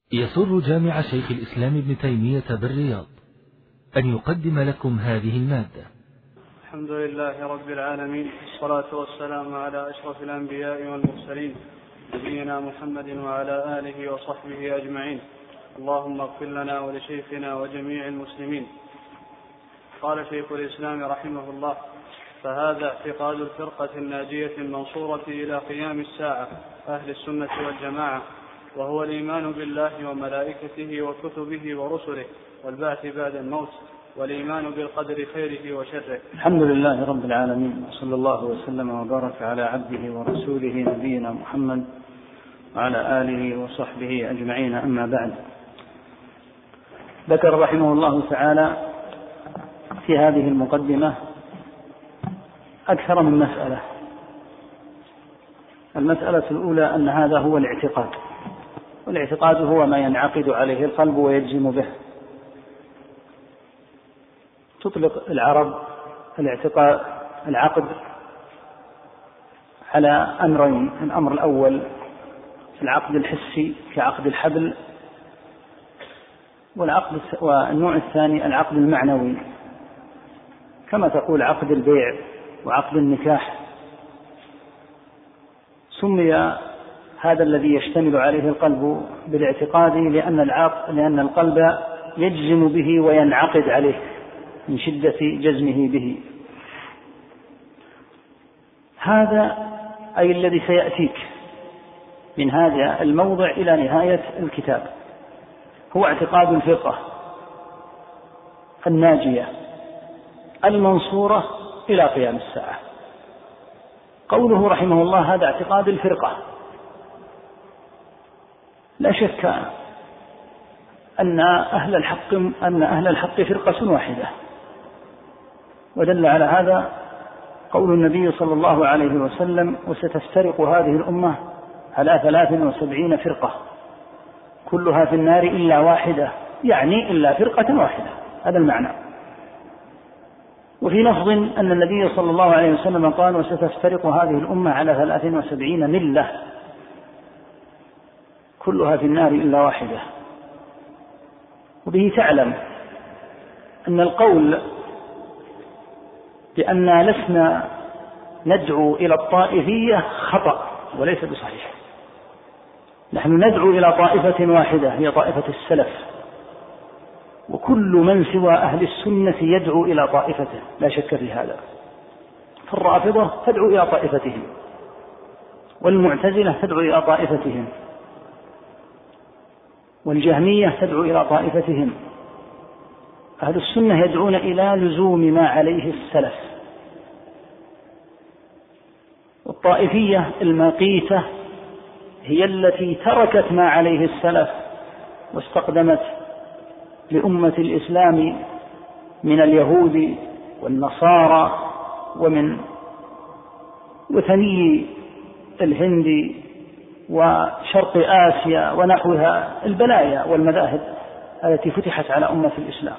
يسر جامع شيخ الإسلام ابن تيمية بالرياض أن يقدم لكم هذه المادة. الحمد لله رب العالمين، والصلاة والسلام على أشرف الأنبياء والمرسلين نبينا محمد وعلى آله وصحبه أجمعين. اللهم اغفر لنا ولشيخنا وجميع المسلمين. قال شيخ الإسلام رحمه الله: فهذا اعتقاد الفرقة الناجية المنصورة إلى قيام الساعة أهل السنة والجماعة، وهو الإيمان بالله وملائكته وكتبه ورسله والبعث بعد الموت، والإيمان بالقدر خيره وشره. الحمد لله رب العالمين، وصلى الله وسلم وبارك على عبده ورسوله نبينا محمد وعلى آله وصحبه أجمعين، أما بعد. ذكر رحمه الله تعالى في هذه المقدمة أكثر من مسألة. المسألة الأولى أن هذا هو الاعتقاد، والاعتقاد هو ما ينعقد عليه القلب ويجزم به. تطلق العرب العقد على أمرين: الأمر الأول العقد الحسي كعقد الحبل، والنوع الثاني العقد المعنوي، كما تقول عقد البيع وعقد النكاح. سمي هذا الذي يشتمل عليه القلب بالاعتقاد لأن القلب يجزم به وينعقد عليه من شدة جزمه به. هذا أي الذي سيأتيك من هذا الموضع إلى نهاية الكتاب هو اعتقاد الفرقة الناجية المنصورة إلى قيام الساعة. قوله رحمه الله هذا اعتقاد الفرقة، لا شك أن أهل الحق فرقة واحدة، ودل على هذا قول النبي صلى الله عليه وسلم: وستفترق هذه الأمة على 73 فرقة كلها في النار إلا واحدة، يعني إلا فرقة واحدة، هذا المعنى. وفي لفظ أن النبي صلى الله عليه وسلم قال: وستفترق هذه الأمة على 73 ملة كلها في النار إلا واحدة. وبه تعلم أن القول بأننا لسنا ندعو إلى الطائفية خطأ وليس بصحيح. نحن ندعو إلى طائفة واحدة هي طائفة السلف، وكل من سوى أهل السنة يدعو إلى طائفته، لا شك في هذا. فالرافضة تدعو إلى طائفتهم، والمعتزلة تدعو إلى طائفتهم، والجهمية تدعو إلى طائفتهم. أهل السنة يدعون إلى لزوم ما عليه السلف. والطائفية المقيتة هي التي تركت ما عليه السلف واستقدمت لأمة الإسلام من اليهود والنصارى ومن وثني الهند وشرق آسيا ونحوها البلايا والمذاهب التي فتحت على أمة الإسلام.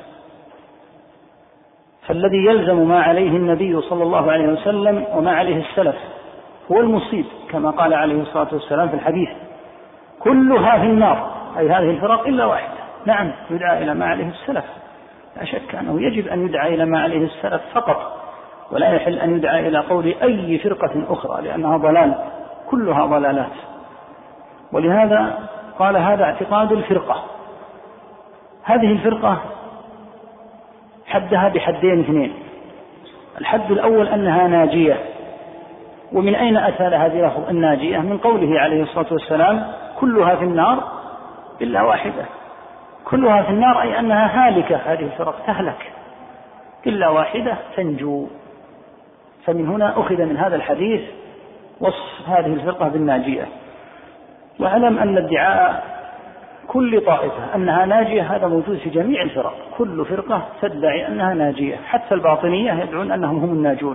فالذي يلزم ما عليه النبي صلى الله عليه وسلم وما عليه السلف هو المصيب، كما قال عليه الصلاة والسلام في الحديث: كلها في النار، أي هذه الفرق إلا واحدة. نعم، يدعى إلى ما عليه السلف، لا شك أنه يجب أن يدعى إلى ما عليه السلف فقط، ولا يحل أن يدعى إلى قول أي فرقة أخرى، لأنها ضلال، كلها ضلالات. ولهذا قال هذا اعتقاد الفرقة. هذه الفرقة حدها بحدين اثنين: الحد الأول أنها ناجية. ومن أين أتى هذه الناجية؟ من قوله عليه الصلاة والسلام: كلها في النار إلا واحدة. كلها في النار أي أنها هالكة، هذه الفرق تهلك، إلا واحدة تنجو. فمن هنا أخذ من هذا الحديث وصف هذه الفرقة بالناجية. واعلم أن ادعاء كل طائفة أنها ناجية هذا موجود في جميع الفرق، كل فرقة تدعي أنها ناجية، حتى الباطنية يدعون أنهم هم الناجون.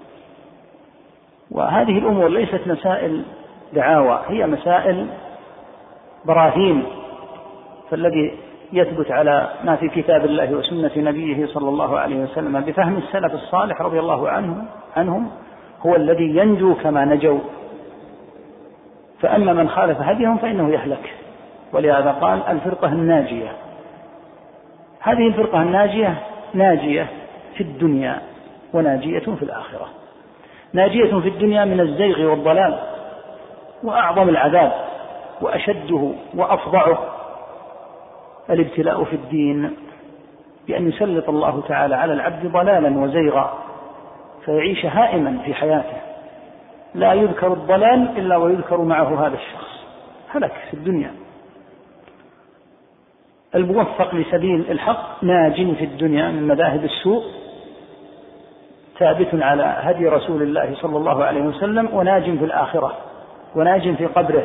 وهذه الأمور ليست مسائل دعاوى، هي مسائل براهين. فالذي يثبت على ما في كتاب الله وسنة نبيه صلى الله عليه وسلم بفهم السلف الصالح رضي الله عنهم هو الذي ينجو كما نجوا. فأما من خالف هديهم فإنه يهلك. ولهذا قال الفرقة الناجية. هذه الفرقة الناجية ناجية في الدنيا وناجية في الآخرة. ناجية في الدنيا من الزيغ والضلال، وأعظم العذاب وأشده وأفظعه الابتلاء في الدين، بأن يسلط الله تعالى على العبد ضلالا وزيغا فيعيش هائما في حياته، لا يذكر الضلال إلا ويذكر معه هذا الشخص، هلك في الدنيا. الموفق لسبيل الحق ناج في الدنيا من مذاهب السوء، ثابت على هدي رسول الله صلى الله عليه وسلم، وناج في الآخرة، وناج في قبره.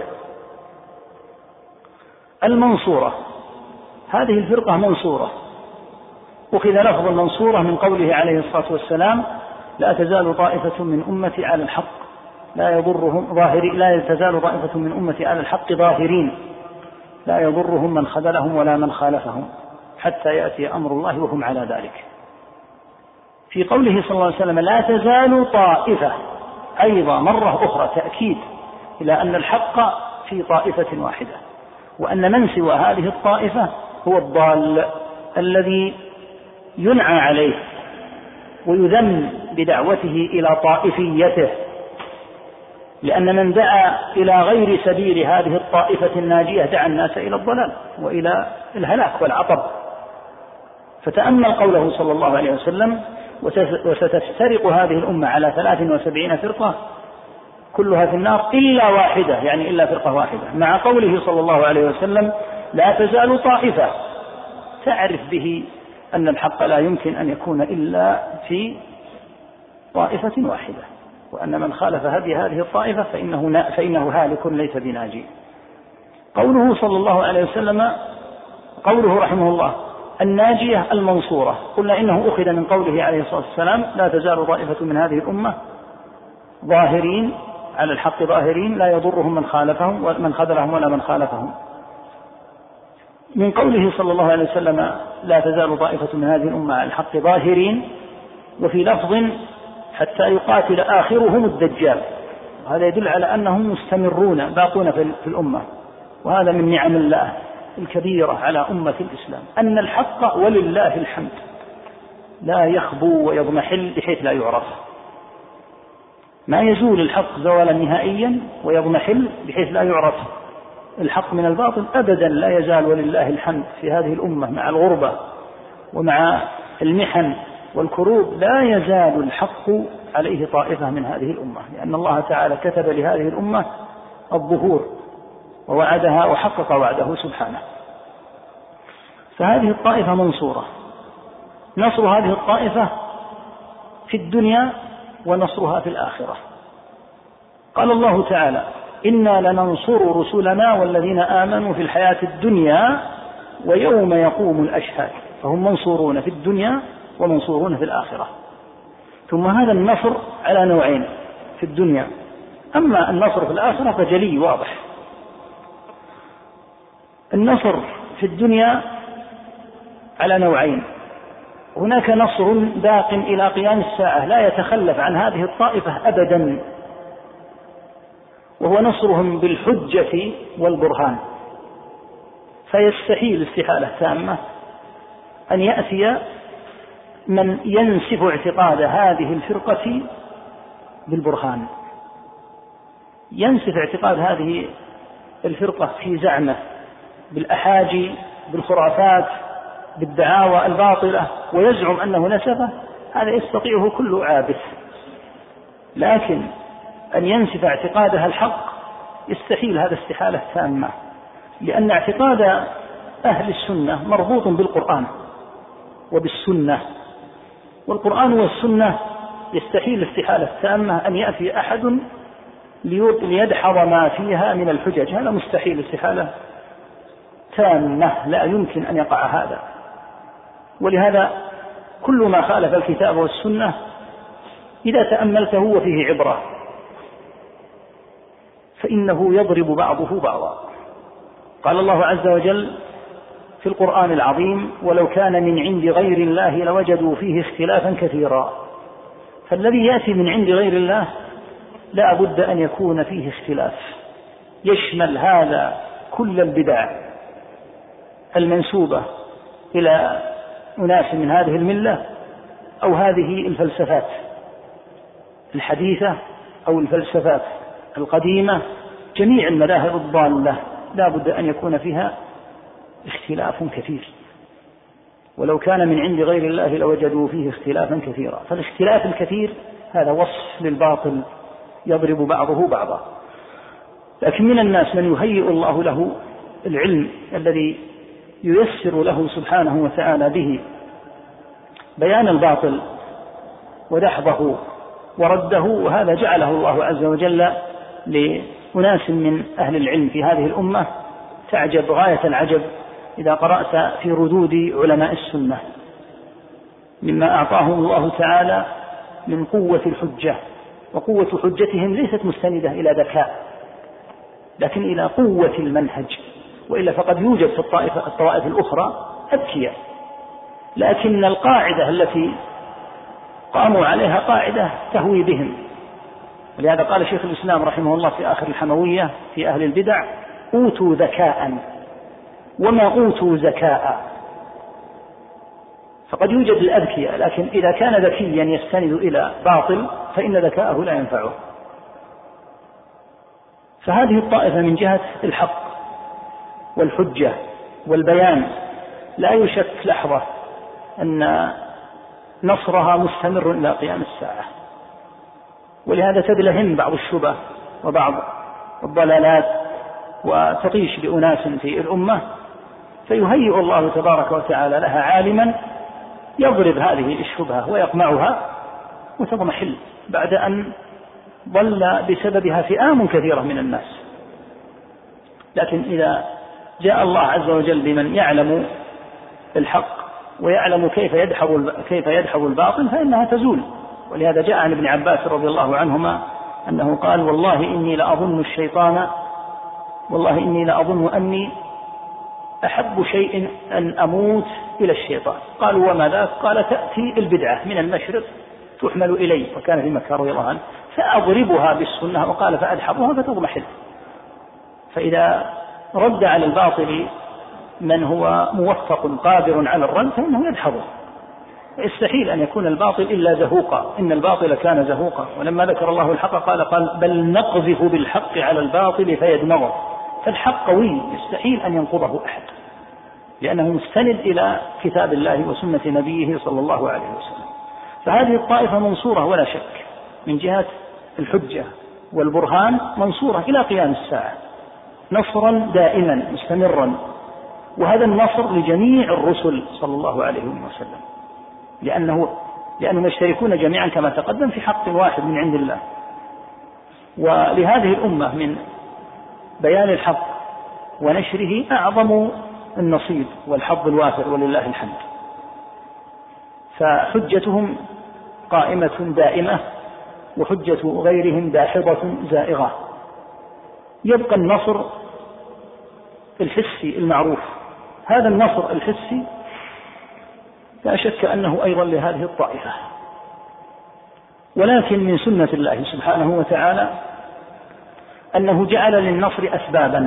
المنصورة، هذه الفرقة منصورة، أخذ لفظ المنصورة من قوله عليه الصلاة والسلام: لا تزال طائفة من أمتي على الحق لا تزال طائفة من أمتي على الحق ظاهرين لا يضرهم من خذلهم ولا من خالفهم حتى يأتي أمر الله وهم على ذلك. في قوله صلى الله عليه وسلم لا تزال طائفة، أيضا مرة أخرى تأكيد إلى أن الحق في طائفة واحدة، وأن من سوى هذه الطائفة هو الضال الذي ينعى عليه ويذم بدعوته إلى طائفيته، لأن من دعا إلى غير سبيل هذه الطائفة الناجية دعا الناس إلى الضلال وإلى الهلاك والعطب. فتأمل قوله صلى الله عليه وسلم: وستفترق هذه الأمة على 73 فرقة كلها في النار إلا واحدة، يعني إلا فرقة واحدة، مع قوله صلى الله عليه وسلم: لا تزال طائفة، تعرف به أن الحق لا يمكن أن يكون إلا في طائفة واحدة، وأن من خالف هدي هذه الطائفة فإنه هالك ليس بناجي. قوله صلى الله عليه وسلم، قوله رحمه الله الناجية المنصورة، قلنا إنه أخذ من قوله عليه الصلاة والسلام: لا تزال طائفة من هذه الأمة ظاهرين على الحق ظاهرين لا يضرهم من خالفهم ومن خذلهم ولا من خالفهم. من قوله صلى الله عليه وسلم: لا تزال طائفة من هذه الأمة على الحق ظاهرين، وفي لفظ: حتى يقاتل آخرهم الدجال. هذا يدل على أنهم مستمرون باقون في الأمة، وهذا من نعم الله الكبيرة على أمة الإسلام، أن الحق ولله الحمد لا يخبو ويضمحل بحيث لا يعرف، ما يزول الحق زوالا نهائيا ويضمحل بحيث لا يعرف الحق من الباطل أبدا، لا يزال ولله الحمد في هذه الأمة مع الغربة ومع المحن والكروب، لا يزال الحق عليه طائفة من هذه الأمة، لأن الله تعالى كتب لهذه الأمة الظهور ووعدها وحقق وعده سبحانه. فهذه الطائفة منصورة، نصر هذه الطائفة في الدنيا ونصرها في الآخرة. قال الله تعالى: إنا لننصر رسلنا والذين آمنوا في الحياة الدنيا ويوم يقوم الأشهاد، فهم منصورون في الدنيا ومنصورون في الآخرة. ثم هذا النصر على نوعين في الدنيا، أما النصر في الآخرة فجلي واضح. النصر في الدنيا على نوعين: هناك نصر باق إلى قيام الساعة لا يتخلف عن هذه الطائفة أبدا، وهو نصرهم بالحجة والبرهان، فيستحيل استحالة تامة أن يأتي من ينسف اعتقاد هذه الفرقة بالبرهان، ينسف اعتقاد هذه الفرقة في زعمه بالأحاجي بالخرافات بالدعاوى الباطلة ويزعم أنه نسفه، هذا يستطيعه كل عابث. لكن أن ينسف اعتقادها الحق يستحيل، هذا استحالة تامة، لأن اعتقاد أهل السنة مربوط بالقرآن وبالسنة، والقرآن والسنة يستحيل استحالة تامة أن يأتي أحد ليدحض ما فيها من الحجج، هذا مستحيل استحالة تامة، لا يمكن أن يقع هذا. ولهذا كل ما خالف الكتاب والسنة إذا تأملته وفيه عبرة فإنه يضرب بعضه بعضا. قال الله عز وجل في القرآن العظيم: ولو كان من عند غير الله لوجدوا فيه اختلافا كثيرا. فالذي يأتي من عند غير الله لا بد أن يكون فيه اختلاف، يشمل هذا كل البدع المنسوبة إلى أناس من هذه الملة أو هذه الفلسفات الحديثة أو الفلسفات القديمة، جميع المذاهب الضالة لا بد أن يكون فيها اختلاف كثير، ولو كان من عند غير الله لوجدوا فيه اختلافا كثيرا. فالاختلاف الكثير هذا وصف للباطل يضرب بعضه بعضا. لكن من الناس من يهيئ الله له العلم الذي ييسر له سبحانه وتعالى به بيان الباطل ودحضه ورده، وهذا جعله الله عز وجل لأناس من أهل العلم في هذه الأمة تعجب غاية العجب إذا قرأت في ردود علماء السنة مما أعطاهم الله تعالى من قوة الحجة، وقوة حجتهم ليست مستندة إلى ذكاء لكن إلى قوة المنهج، وإلا فقد يوجد في الطوائف الأخرى أذكياء، لكن القاعدة التي قاموا عليها قاعدة تهوي بهم. ولهذا قال شيخ الإسلام رحمه الله في آخر الحموية في أهل البدع: أوتوا ذكاء وما أوتوا زكاء. فقد يوجد الأذكياء، لكن إذا كان ذكيا يستند إلى باطل فإن ذكاءه لا ينفعه. فهذه الطائفة من جهة الحق والحجة والبيان لا يشك لحظة أن نصرها مستمر إلى قيام الساعة، ولهذا تدلهم بعض الشبه وبعض الضلالات وتطيش بأناس في الأمة، فيهيئ الله تبارك وتعالى لها عالما يضرب هذه الشبهة ويقمعها وتضمحل بعد أن ضل بسببها فئام كثيرة من الناس. لكن إذا جاء الله عز وجل بمن يعلم الحق ويعلم كيف يدحض الباطل فإنها تزول. ولهذا جاء عن ابن عباس رضي الله عنهما أنه قال: والله إني لأظن أني أحب شيء أن أموت إلى الشيطان. قالوا: وما ذاك؟ قال: تأتي البدعة من المشرق تحمل إلي، وكان في مكة رضي الله عنه، فأضربها بالسنة، وقال: فأدحضها فتضمحل. فإذا رد على الباطل من هو موفق قادر على الرد فإنه يدحضه. يستحيل أن يكون الباطل إلا زهوقا، إن الباطل كان زهوقا. ولما ذكر الله الحق قال: بل نقذف بالحق على الباطل فيدمغه. فالحق قوي يستحيل أن ينقضه أحد، لأنه مستند إلى كتاب الله وسنة نبيه صلى الله عليه وسلم. فهذه الطائفة منصورة ولا شك من جهة الحجة والبرهان، منصورة إلى قيام الساعة نصرا دائما مستمرا. وهذا النصر لجميع الرسل صلى الله عليه وسلم، لأنهم يشتركون جميعا كما تقدم في حق واحد من عند الله. ولهذه الأمة من بيان الحق ونشره أعظم النصيب والحظ الوافر ولله الحمد. فحجتهم قائمة دائمة، وحجة غيرهم داحضة زائغة. يبقى النصر الحسي المعروف. هذا النصر الحسي لا شك أنه أيضا لهذه الطائفة، ولكن من سنة الله سبحانه وتعالى أنه جعل للنصر أسبابا،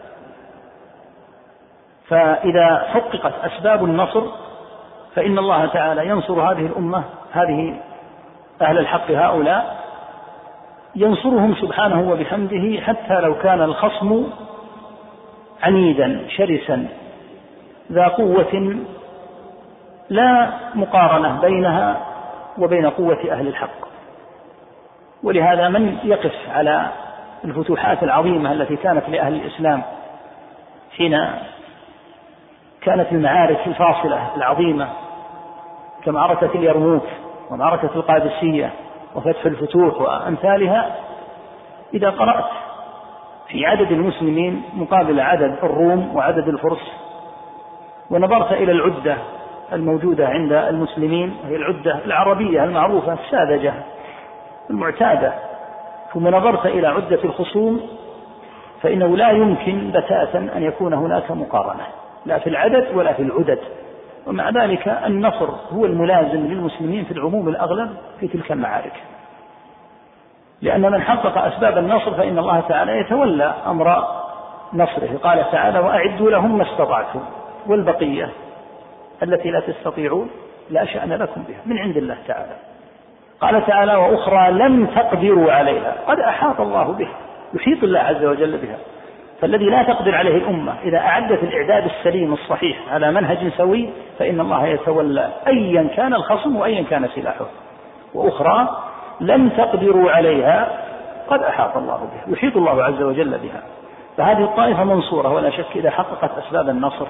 فإذا حققت أسباب النصر فإن الله تعالى ينصر هذه الأمة، هذه أهل الحق هؤلاء ينصرهم سبحانه وبحمده، حتى لو كان الخصم عنيدا شرسا ذا قوة لا مقارنة بينها وبين قوة أهل الحق. ولهذا من يقف على الفتوحات العظيمة التي كانت لأهل الإسلام حين كانت المعارك الفاصلة العظيمة كمعركة اليرموك ومعركة القادسية وفتح الفتوح وأمثالها، إذا قرأت في عدد المسلمين مقابل عدد الروم وعدد الفرس، ونظرت إلى العدة الموجودة عند المسلمين، هي العدة العربية المعروفة الساذجة المعتادة، ثم نظرت إلى عدة الخصوم، فإنه لا يمكن بتاتا أن يكون هناك مقارنة لا في العدد ولا في العدد. ومع ذلك النصر هو الملازم للمسلمين في العموم الأغلب في تلك المعارك، لأن من حقق أسباب النصر فإن الله تعالى يتولى أمر نصره. قال تعالى: وأعدوا لهم ما استطعتم. والبقية التي لا تستطيعون لا شأن لكم بها من عند الله تعالى. قال تعالى وأخرى لم تقدروا عليها قد أحاط الله بها، يحيط الله عز وجل بها. فالذي لا تقدر عليه الأمة إذا أعدت الإعداد السليم الصحيح على منهج سوي فإن الله يتولى أيا كان الخصم وأيا كان سلاحه. وأخرى لم تقدروا عليها قد أحاط الله بها، يحيط الله عز وجل بها. فهذه الطائفة منصورة ولا شك إذا حققت أسباب النصر.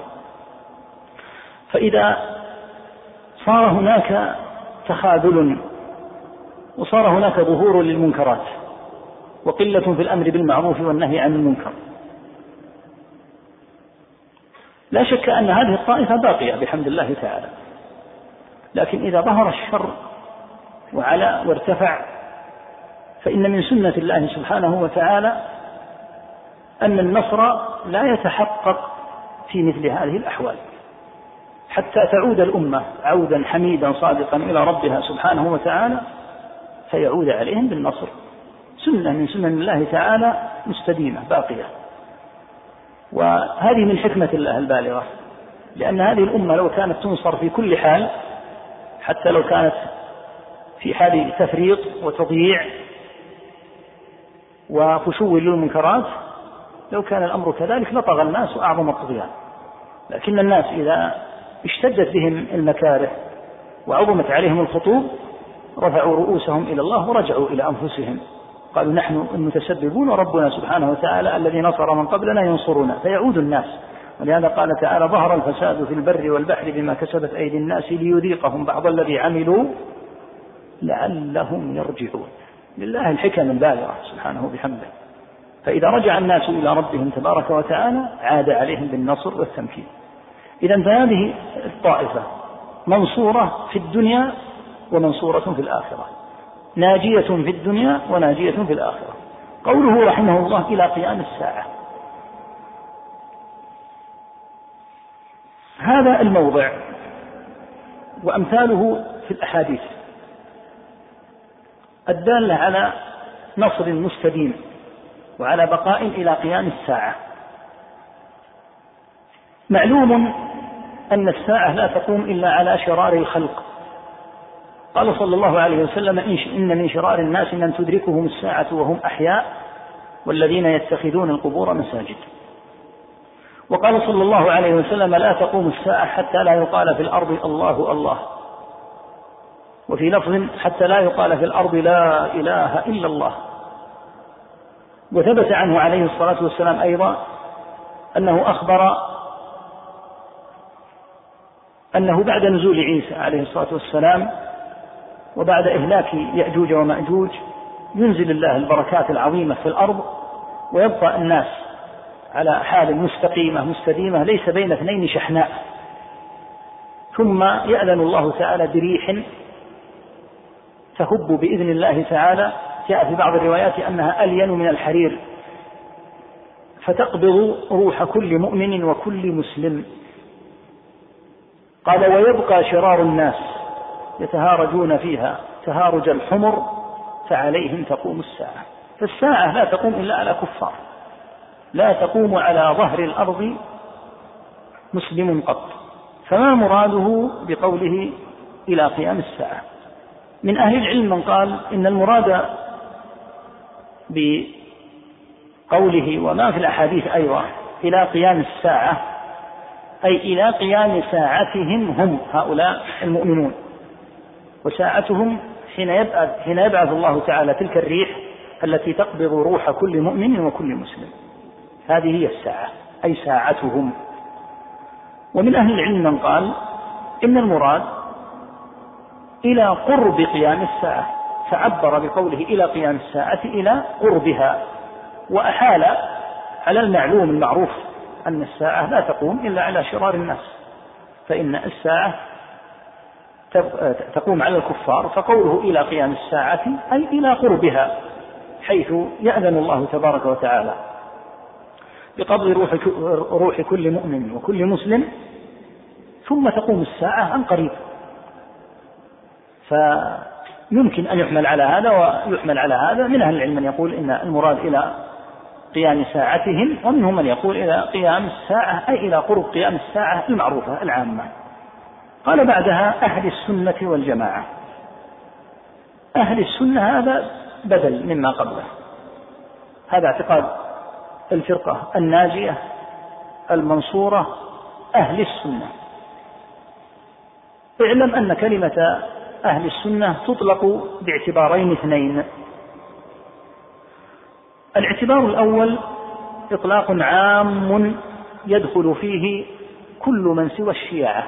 فإذا صار هناك تخاذل وصار هناك ظهور للمنكرات وقلة في الأمر بالمعروف والنهي عن المنكر، لا شك أن هذه الطائفة باقية بحمد الله تعالى. لكن إذا ظهر الشر وعلى وارتفع فإن من سنة الله سبحانه وتعالى أن النصر لا يتحقق في مثل هذه الأحوال حتى تعود الأمة عودا حميدا صادقا إلى ربها سبحانه وتعالى فيعود عليهم بالنصر. سنة من سنن الله تعالى مستديمة باقية، وهذه من حكمة الله البالغة، لأن هذه الأمة لو كانت تنصر في كل حال حتى لو كانت في حال تفريط وتضييع وخشوع للمنكرات لو كان الأمر كذلك لطغى الناس وأعظم الطغيان. لكن الناس إذا اشتدت بهم المكاره وعظمت عليهم الخطوب رفعوا رؤوسهم إلى الله ورجعوا إلى أنفسهم، قالوا نحن المتسببون وربنا سبحانه وتعالى الذي نصر من قبلنا ينصرنا، فيعود الناس. ولهذا قال تعالى ظهر الفساد في البر والبحر بما كسبت أيدي الناس ليذيقهم بعض الذي عملوا لعلهم يرجعون. لله الحكم البالغة سبحانه بحمده. فإذا رجع الناس إلى ربهم تبارك وتعالى عاد عليهم بالنصر والتمكين. إذن فهذه الطائفة منصورة في الدنيا ومنصورة في الآخرة، ناجية في الدنيا وناجية في الآخرة. قوله رحمه الله إلى قيام الساعة، هذا الموضع وأمثاله في الأحاديث الدالة على نصر مستديم وعلى بقاء إلى قيام الساعة. معلوم أن الساعة لا تقوم إلا على شرار الخلق. قال صلى الله عليه وسلم إن من شرار الناس من تدركهم الساعة وهم أحياء والذين يتخذون القبور مساجد. وقال صلى الله عليه وسلم لا تقوم الساعة حتى لا يقال في الأرض الله الله، وفي لفظ حتى لا يقال في الأرض لا إله إلا الله. وثبت عنه عليه الصلاة والسلام أيضا أنه أخبر أنه بعد نزول عيسى عليه الصلاة والسلام وبعد إهلاك يأجوج ومأجوج ينزل الله البركات العظيمة في الأرض ويبقى الناس على حال مستقيمة مستديمة ليس بين اثنين شحناء، ثم يأذن الله تعالى بريح تهب بإذن الله تعالى، جاء في بعض الروايات أنها ألين من الحرير، فتقبض روح كل مؤمن وكل مسلم. قال ويبقى شرار الناس يتهارجون فيها تهارج الحمر فعليهم تقوم الساعة. فالساعة لا تقوم إلا على كفار، لا تقوم على ظهر الأرض مسلم قط. فما مراده بقوله إلى قيام الساعة؟ من أهل العلم من قال إن المراد بقوله وما في الأحاديث أيضا إلى قيام الساعة أي إلى قيام ساعتهم هم هؤلاء المؤمنون، وساعتهم حين يبعث الله تعالى تلك الريح التي تقبض روح كل مؤمن وكل مسلم، هذه هي الساعة أي ساعتهم. ومن أهل العلم من قال إن المراد إلى قرب قيام الساعة، فعبر بقوله إلى قيام الساعة إلى قربها، وأحال على المعلوم المعروف أن الساعة لا تقوم إلا على شرار الناس، فإن الساعة تقوم على الكفار، فقوله إلى قيام الساعة أي إلى قربها، حيث يأذن الله تبارك وتعالى بقبض روح كل مؤمن وكل مسلم، ثم تقوم الساعة عن قريب. فيمكن أن يحمل على هذا ويحمل على هذا. من أهل العلم من يقول إن المراد إلى قيام ساعتهم، ومنهم من يقول إلى قيام الساعة أي إلى قرب قيام الساعة المعروفة العامة. قال بعدها أهل السنة والجماعة. أهل السنة هذا بدل مما قبله، هذا اعتقاد الفرقة الناجية المنصورة أهل السنة. اعلم أن كلمة أهل السنة تطلق باعتبارين اثنين. الاعتبار الأول إطلاق عام يدخل فيه كل من سوى الشيعة،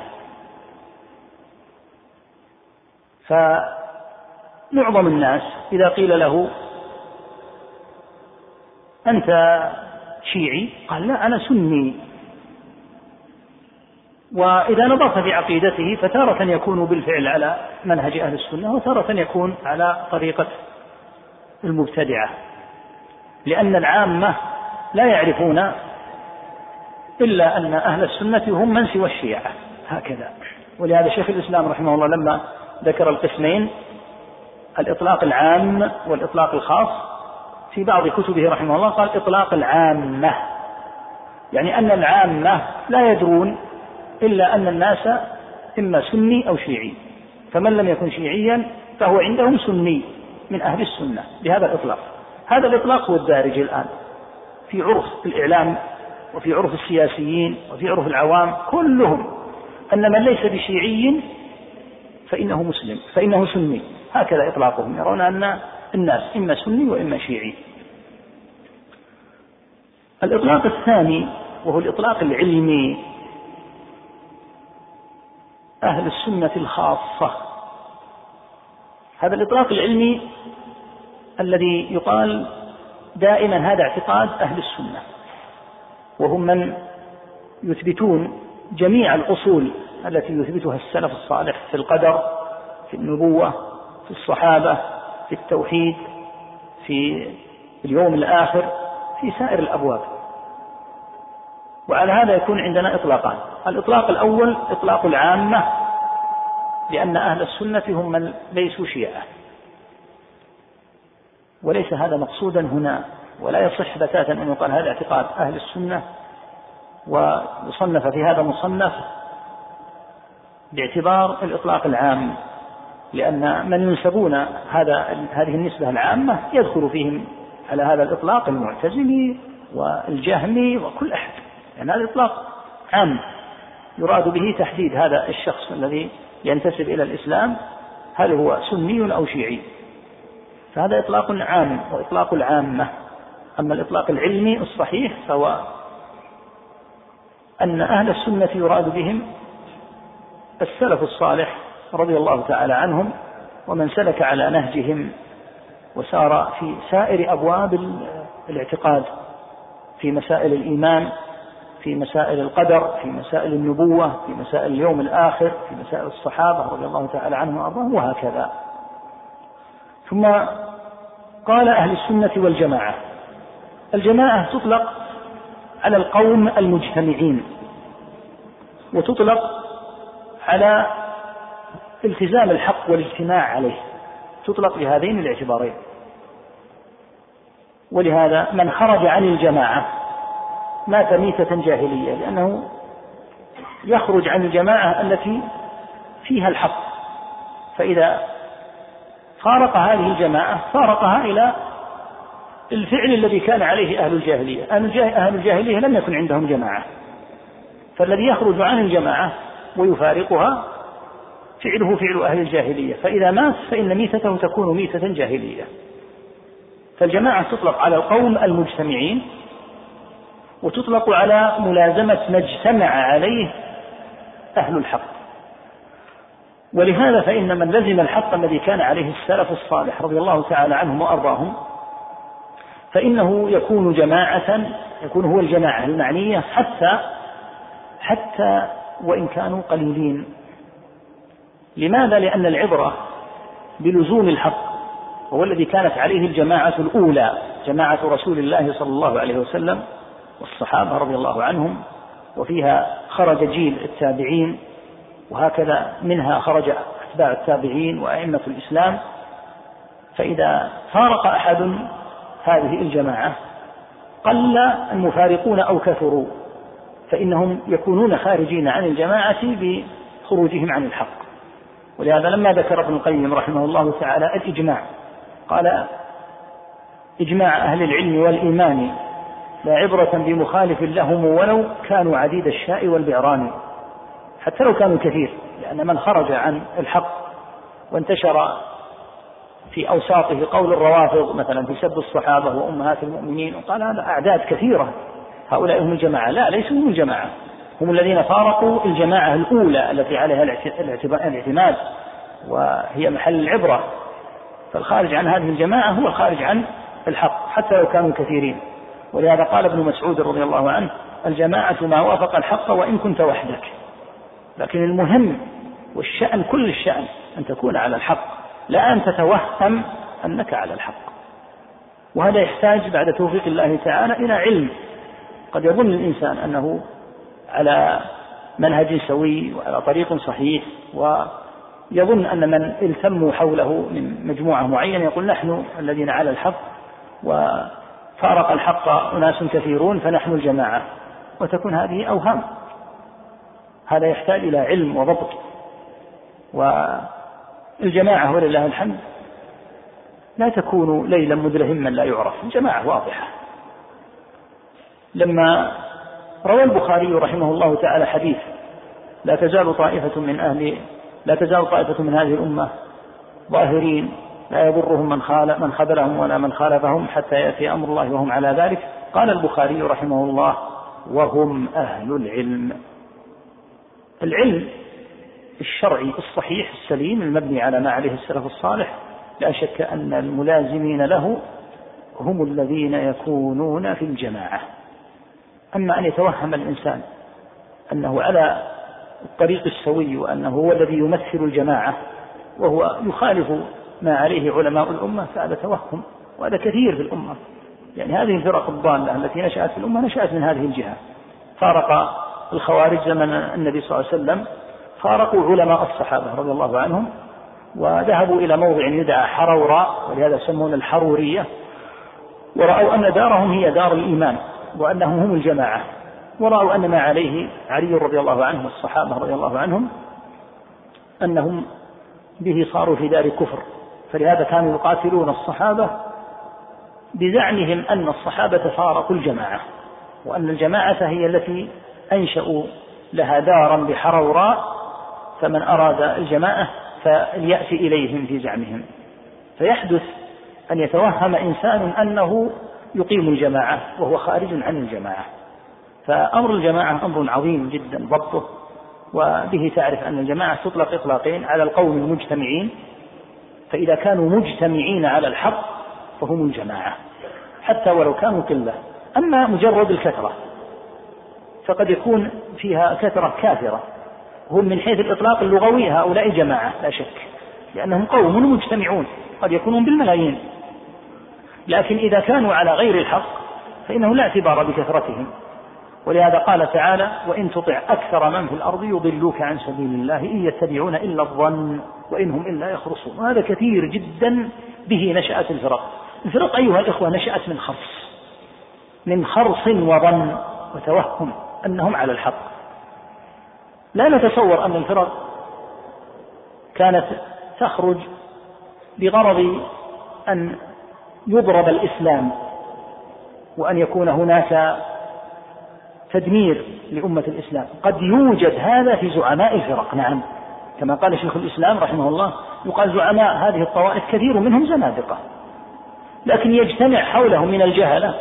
فمعظم الناس إذا قيل له أنت شيعي قال لا أنا سني، وإذا نظرت في عقيدته فتارة يكون بالفعل على منهج أهل السنة وتارة يكون على طريقة المبتدعة، لأن العامة لا يعرفون إلا أن أهل السنة هم من سوى الشيعة هكذا. ولهذا شيخ الإسلام رحمه الله لما ذكر القسمين الإطلاق العام والإطلاق الخاص في بعض كتبه رحمه الله قال إطلاق العامة، يعني أن العامة لا يدرون إلا أن الناس إما سني أو شيعي، فمن لم يكن شيعيا فهو عندهم سني من أهل السنة بهذا الإطلاق. هذا الإطلاق هو الدارج الآن في عرف الإعلام وفي عرف السياسيين وفي عرف العوام كلهم، أن من ليس بشيعي فإنه مسلم فإنه سني، هكذا إطلاقهم، يرون أن الناس إما سني وإما شيعي. الإطلاق الثاني وهو الإطلاق العلمي، أهل السنة الخاصة. هذا الإطلاق العلمي الذي يقال دائما هذا اعتقاد أهل السنة، وهم من يثبتون جميع الأصول التي يثبتها السلف الصالح في القدر، في النبوة، في الصحابة، في التوحيد، في اليوم الآخر، في سائر الأبواب. وعلى هذا يكون عندنا إطلاقان. الإطلاق الأول إطلاق العامة، لأن أهل السنة هم من ليسوا شيعة، وليس هذا مقصودا هنا، ولا يصح بتاتا أن يقال هذا اعتقاد أهل السنة ويصنف في هذا مصنف باعتبار الإطلاق العام، لأن من ينسبون هذه النسبة العامة يدخل فيهم على هذا الإطلاق المعتزلي والجهمي وكل أحد، لأن هذا الإطلاق عام يراد به تحديد هذا الشخص الذي ينتسب إلى الإسلام هل هو سني أو شيعي، فهذا إطلاق عام وإطلاق العامة. أما الإطلاق العلمي الصحيح فهو أن أهل السنة يراد بهم السلف الصالح رضي الله تعالى عنهم، ومن سلك على نهجهم وسار في سائر أبواب الاعتقاد، في مسائل الإيمان، في مسائل القدر، في مسائل النبوة، في مسائل اليوم الآخر، في مسائل الصحابة رضي الله تعالى عنهم وأرضاهم، وهكذا. ثم قال أهل السنة والجماعة. الجماعة تطلق على القوم المجتمعين، وتطلق على التزام الحق والاجتماع عليه، تطلق بهذين الاعتبارين. ولهذا من خرج عن الجماعة مات ميتة جاهلية، لأنه يخرج عن الجماعة التي فيها الحق، فإذا فارق هذه الجماعة فارقها إلى الفعل الذي كان عليه أهل الجاهلية. أهل الجاهلية لم يكن عندهم جماعة، فالذي يخرج عن الجماعة ويفارقها فعله فعل أهل الجاهلية، فإذا مات فإن ميتته تكون ميتة جاهلية. فالجماعة تطلق على القوم المجتمعين، وتطلق على ملازمة ما اجتمع عليه أهل الحق. ولهذا فإن من لزم الحق الذي كان عليه السلف الصالح رضي الله تعالى عنهم وأرضاهم فإنه يكون جماعة، يكون هو الجماعة المعنية حتى وإن كانوا قليلين. لماذا؟ لأن العبرة بلزوم الحق، وهو الذي كانت عليه الجماعة الأولى، جماعة رسول الله صلى الله عليه وسلم والصحابة رضي الله عنهم، وفيها خرج جيل التابعين، وهكذا منها خرج أتباع التابعين وأئمة الإسلام. فإذا فارق أحد هذه الجماعة قل المفارقون أو كثروا، فإنهم يكونون خارجين عن الجماعة بخروجهم عن الحق. ولهذا لما ذكر ابن القيم رحمه الله تعالى الإجماع قال: إجماع أهل العلم والإيمان لا عبرة بمخالف لهم ولو كانوا عديد الشاء والبعران، حتى لو كانوا كثير، لأن من خرج عن الحق وانتشر في أوساطه قول الروافض مثلا في سب الصحابة وأمهات المؤمنين وقال هذا أعداد كثيرة، هؤلاء هم الجماعة. لا، ليسوا هم الجماعة، هم الذين فارقوا الجماعة الأولى التي عليها الاعتماد وهي محل العبرة. فالخارج عن هذه الجماعة هو الخارج عن الحق حتى لو كانوا كثيرين. ولهذا قال ابن مسعود رضي الله عنه: الجماعة ما وافق الحق وإن كنت وحدك. لكن المهم والشأن كل الشأن أن تكون على الحق، لا أن تتوهم أنك على الحق. وهذا يحتاج بعد توفيق الله تعالى إلى علم. قد يظن الإنسان أنه على منهج سوي وعلى طريق صحيح، ويظن أن من التموا حوله من مجموعة معينة يقول نحن الذين على الحق وفارق الحق أناس كثيرون فنحن الجماعة، وتكون هذه أوهام. هذا يحتاج إلى علم وضبط. والجماعة ولله الحمد لا تكون ليلا مدلهما لا يعرف، الجماعة واضحة. لما روى البخاري رحمه الله تعالى حديث: لا تزال طائفة من هذه الأمة ظاهرين لا يضرهم من خذلهم ولا من خالفهم حتى يأتي أمر الله وهم على ذلك، قال البخاري رحمه الله: وهم أهل العلم. العلم الشرعي الصحيح السليم المبني على ما عليه السلف الصالح لا شك أن الملازمين له هم الذين يكونون في الجماعة. أما أن يتوهم الإنسان أنه على الطريق السوي وأنه هو الذي يمثل الجماعة وهو يخالف ما عليه علماء الأمة، فهذا توهم، وهذا كثير في الأمة. يعني هذه الفرق الضالة التي نشأت في الأمة نشأت من هذه الجهة. فارق الخوارج زمن النبي صلى الله عليه وسلم، فارقوا علماء الصحابة رضي الله عنهم وذهبوا إلى موضع يدعى حروراء، ولهذا يسمون الحرورية، ورأوا أن دارهم هي دار الإيمان وأنهم هم الجماعة، ورأوا أن ما عليه علي رضي الله عنه والصحابة رضي الله عنهم أنهم به صاروا في دار كفر. فلهذا كانوا يقاتلون الصحابة بزعمهم أن الصحابة فارقوا الجماعة، وأن الجماعة هي التي أنشأوا لها دارا بحروراء، فمن أراد الجماعة فليأتي إليهم في زعمهم. فيحدث أن يتوهم إنسان أنه يقيم الجماعة وهو خارج عن الجماعة. فأمر الجماعة أمر عظيم جدا ضبطه، وبه تعرف أن الجماعة تطلق إطلاقين: على القوم المجتمعين، فإذا كانوا مجتمعين على الحق فهم الجماعة حتى ولو كانوا قلة. أما مجرد الكثرة فقد يكون فيها كثرة كافرة، هم من حيث الإطلاق اللغوي هؤلاء جماعة لا شك، لأنهم قوم مجتمعون قد يكونون بالملايين، لكن إذا كانوا على غير الحق فإنه لا اعتبار بكثرتهم. ولهذا قال تعالى: وإن تطع أكثر من في الأرض يضلوك عن سبيل الله إن يتبعون إلا الظن وإنهم إلا يخرصون. وهذا كثير جدا به نشأت الفرق. الفرق أيها الإخوة نشأت من خرص وظن وتوهم أنهم على الحق. لا نتصور أن الفرق كانت تخرج بغرض أن يضرب الإسلام وأن يكون هناك تدمير لأمة الإسلام. قد يوجد هذا في زعماء الفرق، نعم، كما قال شيخ الإسلام رحمه الله، يقال زعماء هذه الطوائف كثير منهم زنادقة، لكن يجتمع حولهم من الجهلة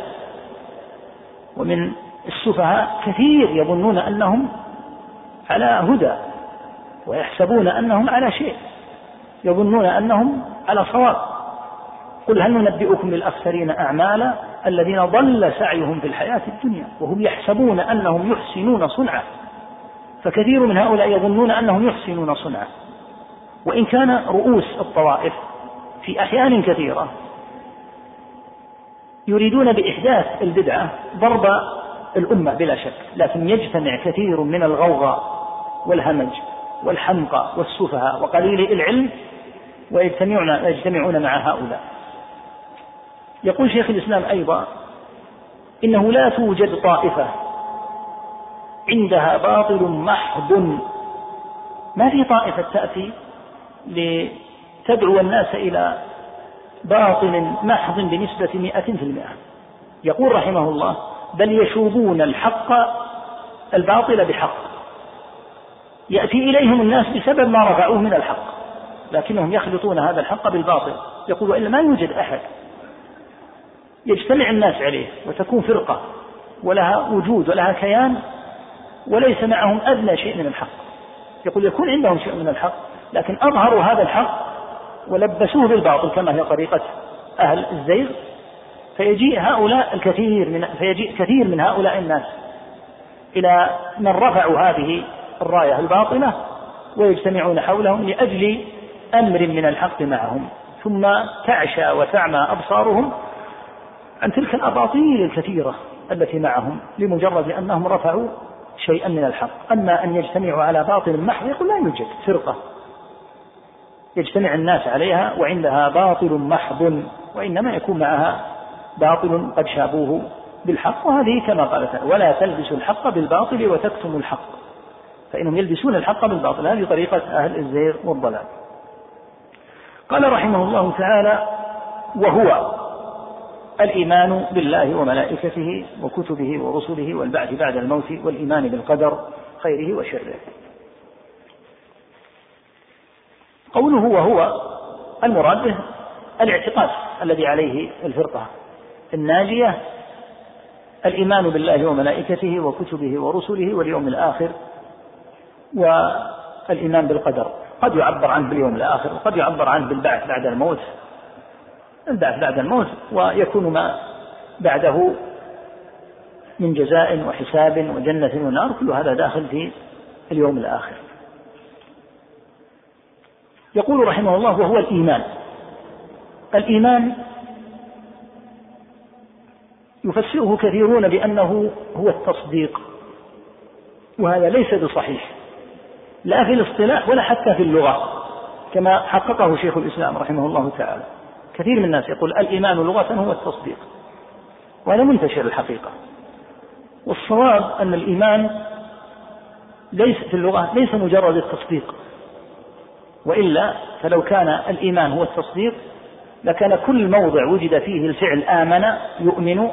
ومن السفهاء كثير يظنون أنهم على هدى ويحسبون أنهم على شيء، يظنون أنهم على صواب. قل هل ننبئكم بالأخسرين أعمالا الذين ضل سعيهم في الحياة الدنيا وهم يحسبون أنهم يحسنون صنعا. فكثير من هؤلاء يظنون أنهم يحسنون صنعا، وإن كان رؤوس الطوائف في أحيان كثيرة يريدون بإحداث البدعة ضرب الأمة بلا شك، لكن يجتمع كثير من الغوغاء والهمج والحمقى والسفهاء وقليل العلم ويجتمعون مع هؤلاء. يقول شيخ الإسلام أيضا: إنه لا توجد طائفة عندها باطل محض، ما في طائفة تأتي لتدعو الناس إلى باطل محض بنسبة 100%. يقول رحمه الله: بل يشوبون الباطل بحق، يأتي إليهم الناس بسبب ما رفعوه من الحق، لكنهم يخلطون هذا الحق بالباطل. يقول: وإلا ما يوجد أحد يجتمع الناس عليه وتكون فرقة ولها وجود ولها كيان وليس معهم أدنى شيء من الحق. يقول: يكون عندهم شيء من الحق لكن أظهروا هذا الحق ولبسوه بالباطل كما هي طريقة أهل الزيغ، فيجيء كثير من هؤلاء الناس إلى من رفعوا هذه الراية الباطلة ويجتمعون حولهم لأجل أمر من الحق معهم، ثم تعشى وتعمى أبصارهم عن تلك الأباطيل الكثيرة التي معهم لمجرد أنهم رفعوا شيئا من الحق. أما أن يجتمعوا على باطل محض، يقول: لا يوجد فرقة يجتمع الناس عليها وعندها باطل محض، وإنما يكون معها باطل قد شابوه بالحق. وهذه كما قال تعالى: ولا تلبسوا الحق بالباطل وتكتموا الحق، فإنهم يلبسون الحق بالباطل. هذه طريقة أهل الزيغ والضلال. قال رحمه الله تعالى: وهو الإيمان بالله وملائكته وكتبه ورسله والبعث بعد الموت والإيمان بالقدر خيره وشره. قوله وهو المراد به الاعتقاد الذي عليه الفرقة الناجية، الإيمان بالله وملائكته وكتبه ورسله واليوم الآخر والإيمان بالقدر. قد يعبر عنه باليوم الآخر وقد يعبر عنه بالبعث بعد الموت، البعث بعد الموت، ويكون ما بعده من جزاء وحساب وجنة ونار، كل هذا داخل في اليوم الآخر. يقول رحمه الله: وهو الإيمان. الإيمان يفسره كثيرون بأنه هو التصديق، وهذا ليس بصحيح لا في الاصطلاح ولا حتى في اللغة، كما حققه شيخ الإسلام رحمه الله تعالى. كثير من الناس يقول الإيمان لغة هو التصديق، وهذا منتشر الحقيقة. والصواب أن الإيمان ليس في اللغة ليس مجرد التصديق، وإلا فلو كان الإيمان هو التصديق لكان كل موضع وجد فيه الفعل آمن يؤمن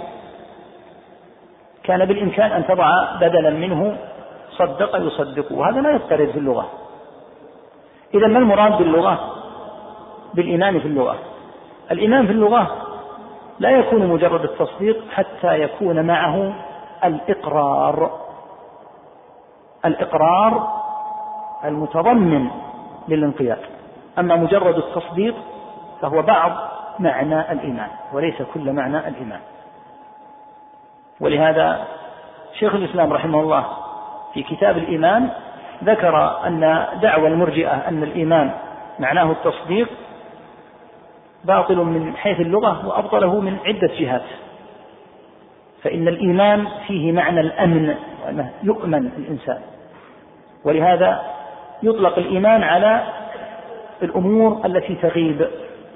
كان بالإمكان أن تضع بدلا منه صدق يصدق، وهذا لا يضطرد في اللغة. إذا ما المراد باللغة بالإيمان في اللغة؟ الإيمان في اللغة لا يكون مجرد التصديق حتى يكون معه الإقرار المتضمن للانقياد. أما مجرد التصديق فهو بعض معنى الإيمان وليس كل معنى الإيمان. ولهذا شيخ الإسلام رحمه الله في كتاب الإيمان ذكر أن دعوى المرجئة أن الإيمان معناه التصديق باطل من حيث اللغة، وأبطله من عدة جهات. فإن الإيمان فيه معنى الأمن، وأنه يؤمن الإنسان، ولهذا يطلق الإيمان على الأمور التي تغيب،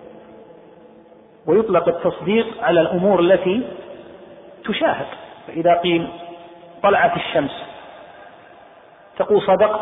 ويطلق التصديق على الأمور التي تشاهد. فإذا قيل طلعت الشمس تقول صدقت،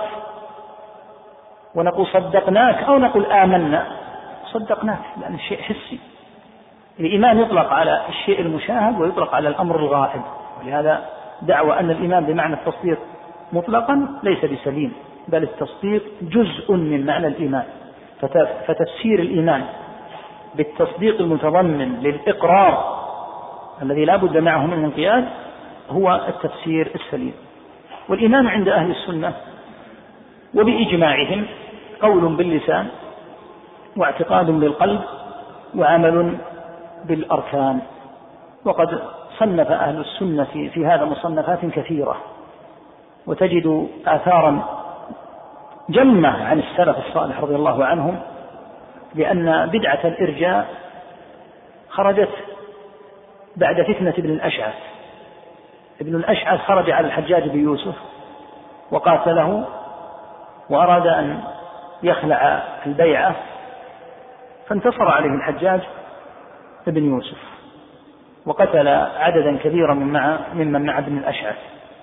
ونقول صدقناك، أو نقول آمنا صدقناك، لأن الشيء حسي. الإيمان يطلق على الشيء المشاهد ويطلق على الأمر الغائب، ولهذا دعوى أن الإيمان بمعنى التصديق مطلقا ليس بسليم، بل التصديق جزء من معنى الإيمان. فتفسير الإيمان بالتصديق المتضمن للإقرار الذي لا بد معه من الانقياد هو التفسير السليم. والإيمان عند أهل السنة وبإجماعهم قول باللسان واعتقاد بالقلب وعمل بالأركان. وقد صنف أهل السنة في هذا مصنفات كثيرة، وتجد آثارا جمة عن السلف الصالح رضي الله عنهم، لأن بدعة الإرجاء خرجت بعد فتنة ابن الأشعث. ابن الأشعث خرج على الحجاج بن يوسف وقاتله، وأراد أن يخلع البيعة، فانتصر عليه الحجاج بن يوسف، وقتل عددا كبيرا ممن مع ابن الأشعث.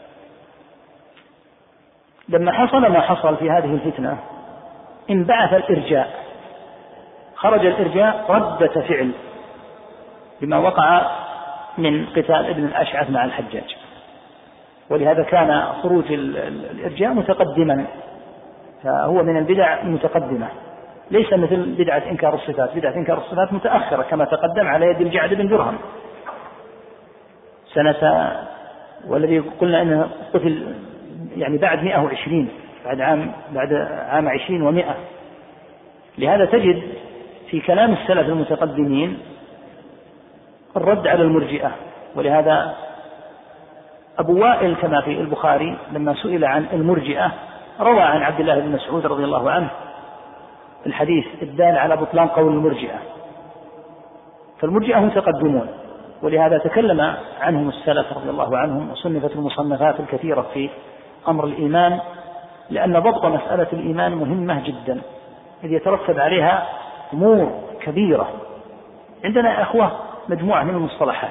لما حصل ما حصل في هذه الفتنة انبعث الإرجاء، خرج الإرجاء ردة فعل بما وقع من قتال ابن الأشعث مع الحجاج، ولهذا كان خروج الإرجاء متقدما، فهو من البدع المتقدمة، ليس مثل بدعة إنكار الصفات. بدعة إنكار الصفات متأخرة كما تقدم على يد الجعد بن درهم سنة، والذي قلنا أنه قتل يعني بعد 120 بعد عام 20 و100. لهذا تجد في كلام السلف المتقدمين الرد على المرجئة. ولهذا أبو وائل كما في البخاري لما سئل عن المرجئة روى عن عبد الله بن مسعود رضي الله عنه الحديث الدال على بطلان قول المرجئة. فالمرجئة متقدمون، ولهذا تكلم عنهم السلف رضي الله عنهم، وصنفت المصنفات الكثيرة في أمر الإيمان، لأن ضبط مسألة الإيمان مهمة جدا إذ يترتب عليها أمور كبيرة. عندنا يا أخوة مجموعة من المصطلحات،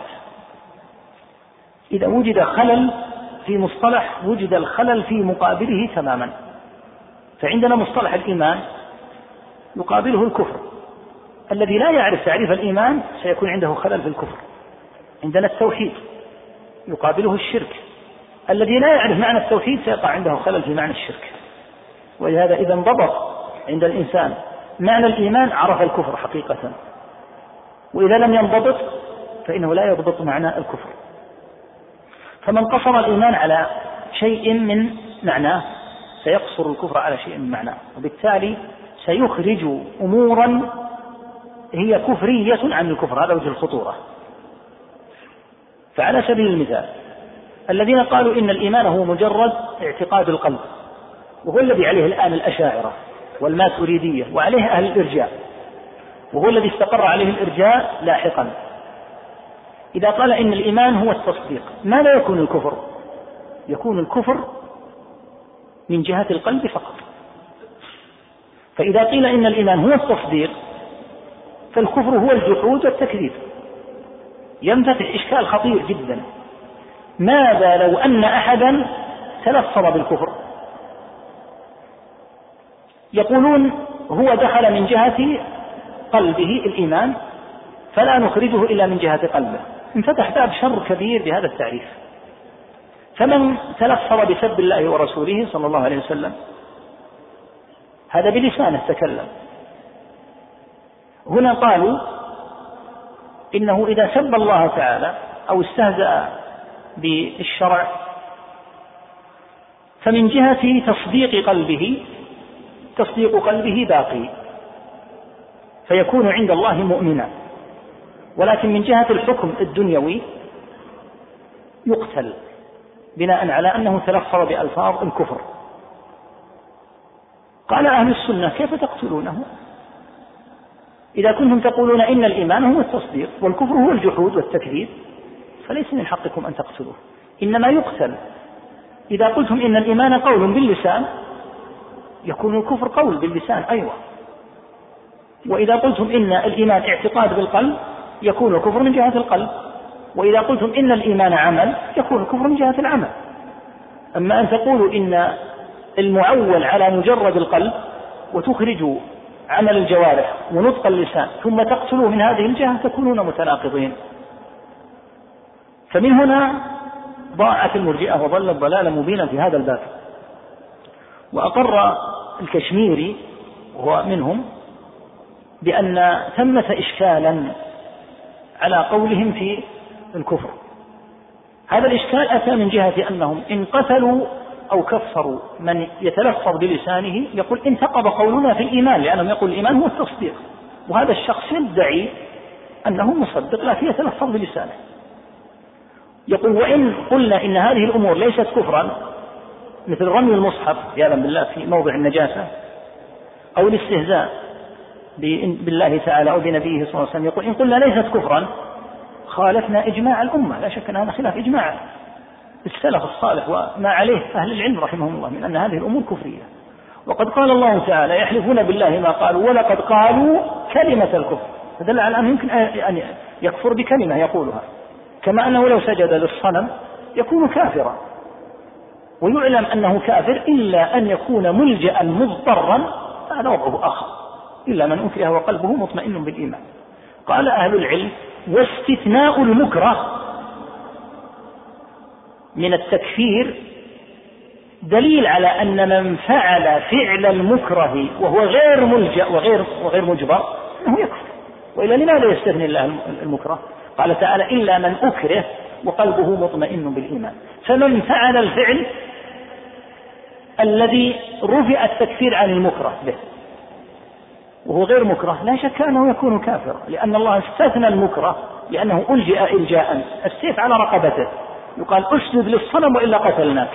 إذا وجد خلل في مصطلح وجد الخلل في مقابله تماما. فعندنا مصطلح الإيمان يقابله الكفر، الذي لا يعرف تعريف الإيمان سيكون عنده خلل في الكفر. عندنا التوحيد يقابله الشرك، الذي لا يعرف معنى التوحيد سيقع عنده خلل في معنى الشرك. ولهذا إذا انضبط عند الإنسان معنى الإيمان عرف الكفر حقيقة، وإذا لم ينضبط فإنه لا يضبط معنى الكفر. فمن قصر الإيمان على شيء من معناه سيقصر الكفر على شيء من معناه، وبالتالي سيخرج أمورا هي كفرية عن الكفر. هذا وجه الخطورة. فعلى سبيل المثال الذين قالوا إن الإيمان هو مجرد اعتقاد القلب، وهو الذي عليه الآن الأشاعرة والماتريدية وعليه أهل الإرجاء، وهو الذي استقر عليه الإرجاء لاحقا. إذا قال إن الإيمان هو التصديق ماذا يكون الكفر؟ يكون الكفر من جهة القلب فقط. فإذا قيل إن الإيمان هو التصديق فالكفر هو الجحود والتكذيب. ينفتح إشكال خطير جدا. ماذا لو أن أحدا تلفظ بالكفر؟ يقولون هو دخل من جهة قلبه الإيمان فلا نخرجه إلا من جهة قلبه. انفتح باب شر كبير بهذا التعريف. فمن تلفظ بسب الله ورسوله صلى الله عليه وسلم هذا بلسانه تكلم. هنا قالوا إنه إذا سب الله تعالى أو استهزأ بالشرع فمن جهة تصديق قلبه باقي فيكون عند الله مؤمنا، ولكن من جهة الحكم الدنيوي يقتل بناء على أنه تلفظ بألفاظ الكفر. قال أهل السنة كيف تقتلونه إذا كنتم تقولون إن الإيمان هو التصديق والكفر هو الجحود والتكذيب؟ فليس من حقكم أن تقتلوه، إنما يقتل. إذا قلتم إن الإيمان قول باللسان يكون الكفر قول باللسان أيوة، وإذا قلتم إن الإيمان اعتقاد بالقلب يكون الكفر من جهة القلب، وإذا قلتم إن الإيمان عمل يكون الكفر من جهة العمل. أما أن تقولوا إن المعول على مجرد القلب وتخرجوا عمل الجوارح ونطق اللسان ثم تقتلوا من هذه الجهة تكونون متناقضين. فمن هنا ضاعت المرجئة وضلت ضلالا مبينا في هذا الباب. وأقر الكشميري وهو منهم بأن ثمة إشكالا على قولهم في الكفر. هذا الإشكال أتى من جهة أنهم إن قتلوا أو كفروا من يتلفظ بلسانه يقول انتقض قولنا في الإيمان، لأنهم يقول الإيمان هو التصديق، وهذا الشخص يدعي أنه مصدق لكن يتلفظ بلسانه. يقول وإن قلنا إن هذه الأمور ليست كفرا مثل رمي المصحف يعلم بالله في موضع النجاسة أو الاستهزاء بالله تعالى أو بنبيه صلى الله عليه وسلم، يقول إن قلنا ليست كفرا خالفنا إجماع الأمة. لا شك أن هذا خلاف إجماع السلف الصالح وما عليه أهل العلم رحمهم الله من أن هذه الأمور كفرية. وقد قال الله تعالى يحلفون بالله ما قالوا ولقد قالوا كلمة الكفر، فدل على أنه يمكن أن يكفر بكلمة يقولها. كما أنه لو سجد للصنم يكون كافرا، ويعلم أنه كافر إلا أن يكون ملجأ مضطرا، هذا وضعه آخر، إلا من أكره وقلبه مطمئن بالإيمان. قال أهل العلم: واستثناء المكره من التكفير دليل على أن من فعل فعل المكره وهو غير ملجأ وغير مجبر أنه يكفر. وإلا لماذا يستثني الله المكره؟ قال تعالى: إلا من أكره وقلبه مطمئن بالإيمان. فمن فعل الفعل الذي رفع التكفير عن المكره به وهو غير مكره لا شك أنه يكون كافرا، لأن الله استثنى المكره لأنه ألجأ إلجاء، السيف على رقبته، يقال: اسجد للصنم وإلا قتلناك.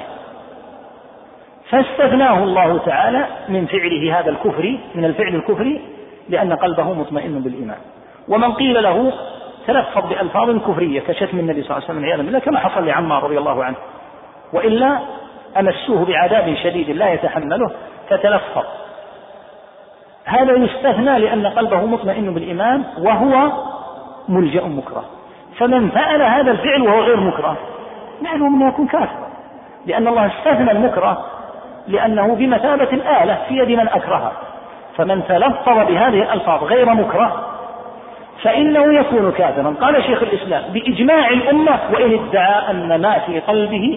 فاستثناه الله تعالى من فعله هذا الكفر، من الفعل الكفري، لأن قلبه مطمئن بالإيمان. ومن قيل له تلفظ بألفاظ كفرية كشتم النبي صلى الله عليه وسلم عياذا بالله كما حصل لعمار رضي الله عنه، وإلا أمسوه بعذاب شديد لا يتحمله فتلفظ، هذا يستثنى لأن قلبه مطمئن بالإيمان وهو ملجأ مكره. فمن فعل هذا الفعل وهو غير مكره معلوم أنه يكون كافرا، لأن الله استثنى المكره لأنه بمثابة الآلة في يد من أكرهه. فمن تلفظ بهذه الألفاظ غير مكره فإنه يكون كافرا. قال شيخ الإسلام: بإجماع الأمة، وإن ادعى أن ما في قلبه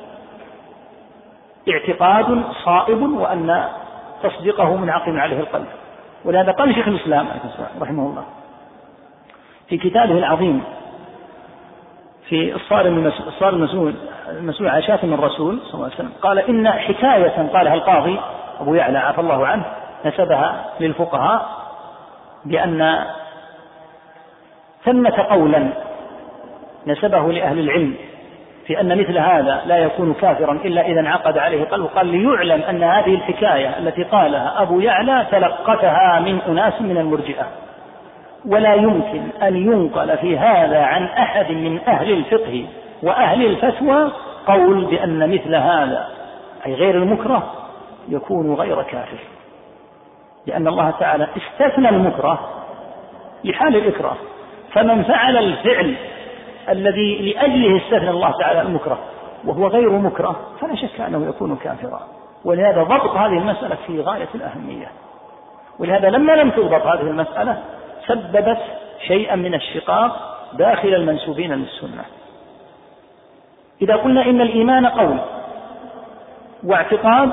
اعتقاد صائب وأن تصديقه منعقد عليه القلب. ولهذا قال شيخ الإسلام رحمه الله في كتابه العظيم في الصارم المسؤول على شاتم الرسول صلى الله عليه وسلم، قال: إن حكاية قالها القاضي أبو يعلى عفى الله عنه نسبها للفقهاء بأن ثمة قولا نسبه لأهل العلم في أن مثل هذا لا يكون كافرا إلا إذا انعقد عليه قلبه. قال: ليعلم أن هذه الحكاية التي قالها أبو يعلى تلقتها من أناس من المرجئة، ولا يمكن أن ينقل في هذا عن أحد من أهل الفقه وأهل الفتوى قول بأن مثل هذا أي غير المكره يكون غير كافر، لأن الله تعالى استثنى المكره لحال الإكراه. فمن فعل الفعل الذي لأجله استثنى الله تعالى المكره وهو غير مكره فلا شك أنه يكون كافرا. ولهذا ضبط هذه المسألة في غاية الأهمية، ولهذا لما لم تضبط هذه المسألة سببت شيئا من الشقاق داخل المنسوبين للسنة. إذا قلنا إن الإيمان قول واعتقاد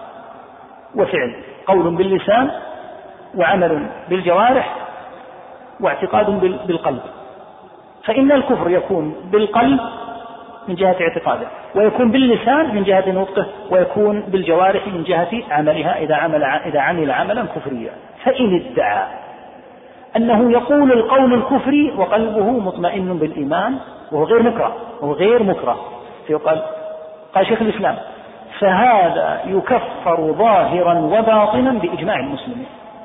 وفعل، قول باللسان وعمل بالجوارح واعتقاد بالقلب، فإن الكفر يكون بالقلب من جهة اعتقاده، ويكون باللسان من جهة نطقه، ويكون بالجوارح من جهة عملها إذا عمل عملا كفريا. فإن ادعى أنه يقول القول الكفري وقلبه مطمئن بالإيمان وهو غير مكره قال شيخ الإسلام: فهذا يكفر ظاهرا وباطنا بإجماع المسلمين.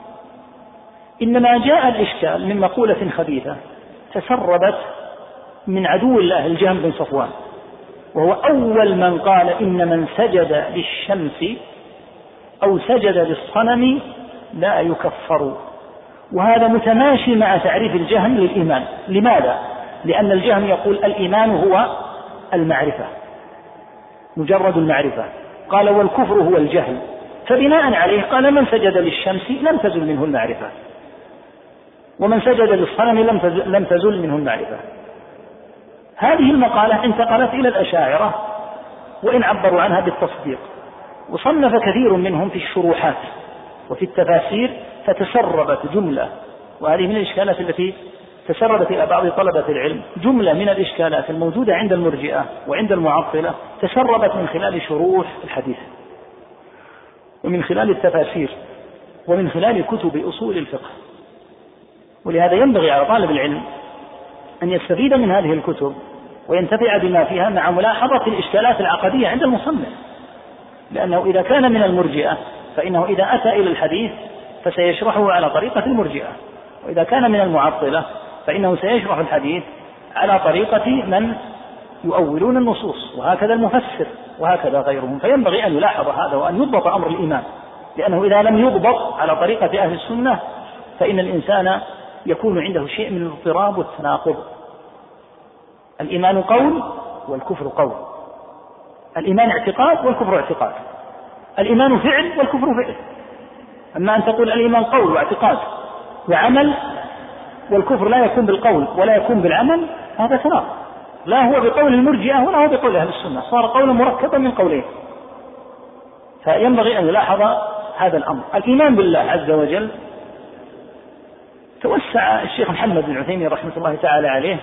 إنما جاء الإشكال من مقولة خبيثة تسربت من عدو الله الجهم بن صفوان، وهو أول من قال إن من سجد للشمس أو سجد للصنم لا يكفر. وهذا متماشي مع تعريف الجهم للإيمان. لماذا؟ لأن الجهم يقول الإيمان هو المعرفة، مجرد المعرفة. قال: والكفر هو الجهل. فبناء عليه قال: من سجد للشمس لم تزل منه المعرفة، ومن سجد للصنم لم تزل منه المعرفة. هذه المقالة انتقلت إلى الأشاعرة وإن عبروا عنها بالتصديق، وصنف كثير منهم في الشروحات وفي التفاسير فتسربت جملة، وهذه من الإشكالات التي تسربت إلى بعض طلبة العلم، جملة من الإشكالات الموجودة عند المرجئة وعند المعطلة تسربت من خلال شروح الحديث ومن خلال التفاسير ومن خلال كتب أصول الفقه. ولهذا ينبغي على طالب العلم أن يستفيد من هذه الكتب وينتفع بما فيها مع ملاحظة الإشكالات العقدية عند المصنف، لأنه إذا كان من المرجئة فإنه إذا أتى إلى الحديث فسيشرحه على طريقة المرجئة، وإذا كان من المعطلة فإنه سيشرح الحديث على طريقة من يؤولون النصوص، وهكذا المفسر وهكذا غيرهم. فينبغي أن يلاحظ هذا وأن يضبط أمر الإيمان، لأنه إذا لم يضبط على طريقة أهل السنة فإن الإنسان يكون عنده شيء من الاضطراب والتناقض. الإيمان قول والكفر قول، الإيمان اعتقاد والكفر اعتقاد، الإيمان فعل والكفر فعل. أما أن تقول الإيمان قول واعتقاد وعمل والكفر لا يكون بالقول ولا يكون بالعمل، هذا تناقض، لا هو بقول المرجئة ولا هو بقول أهل السنة، صار قولا مركبا من قولين. فينبغي أن يلاحظ هذا الأمر. الإيمان بالله عز وجل توسع الشيخ محمد بن عثيمين رحمة الله تعالى عليه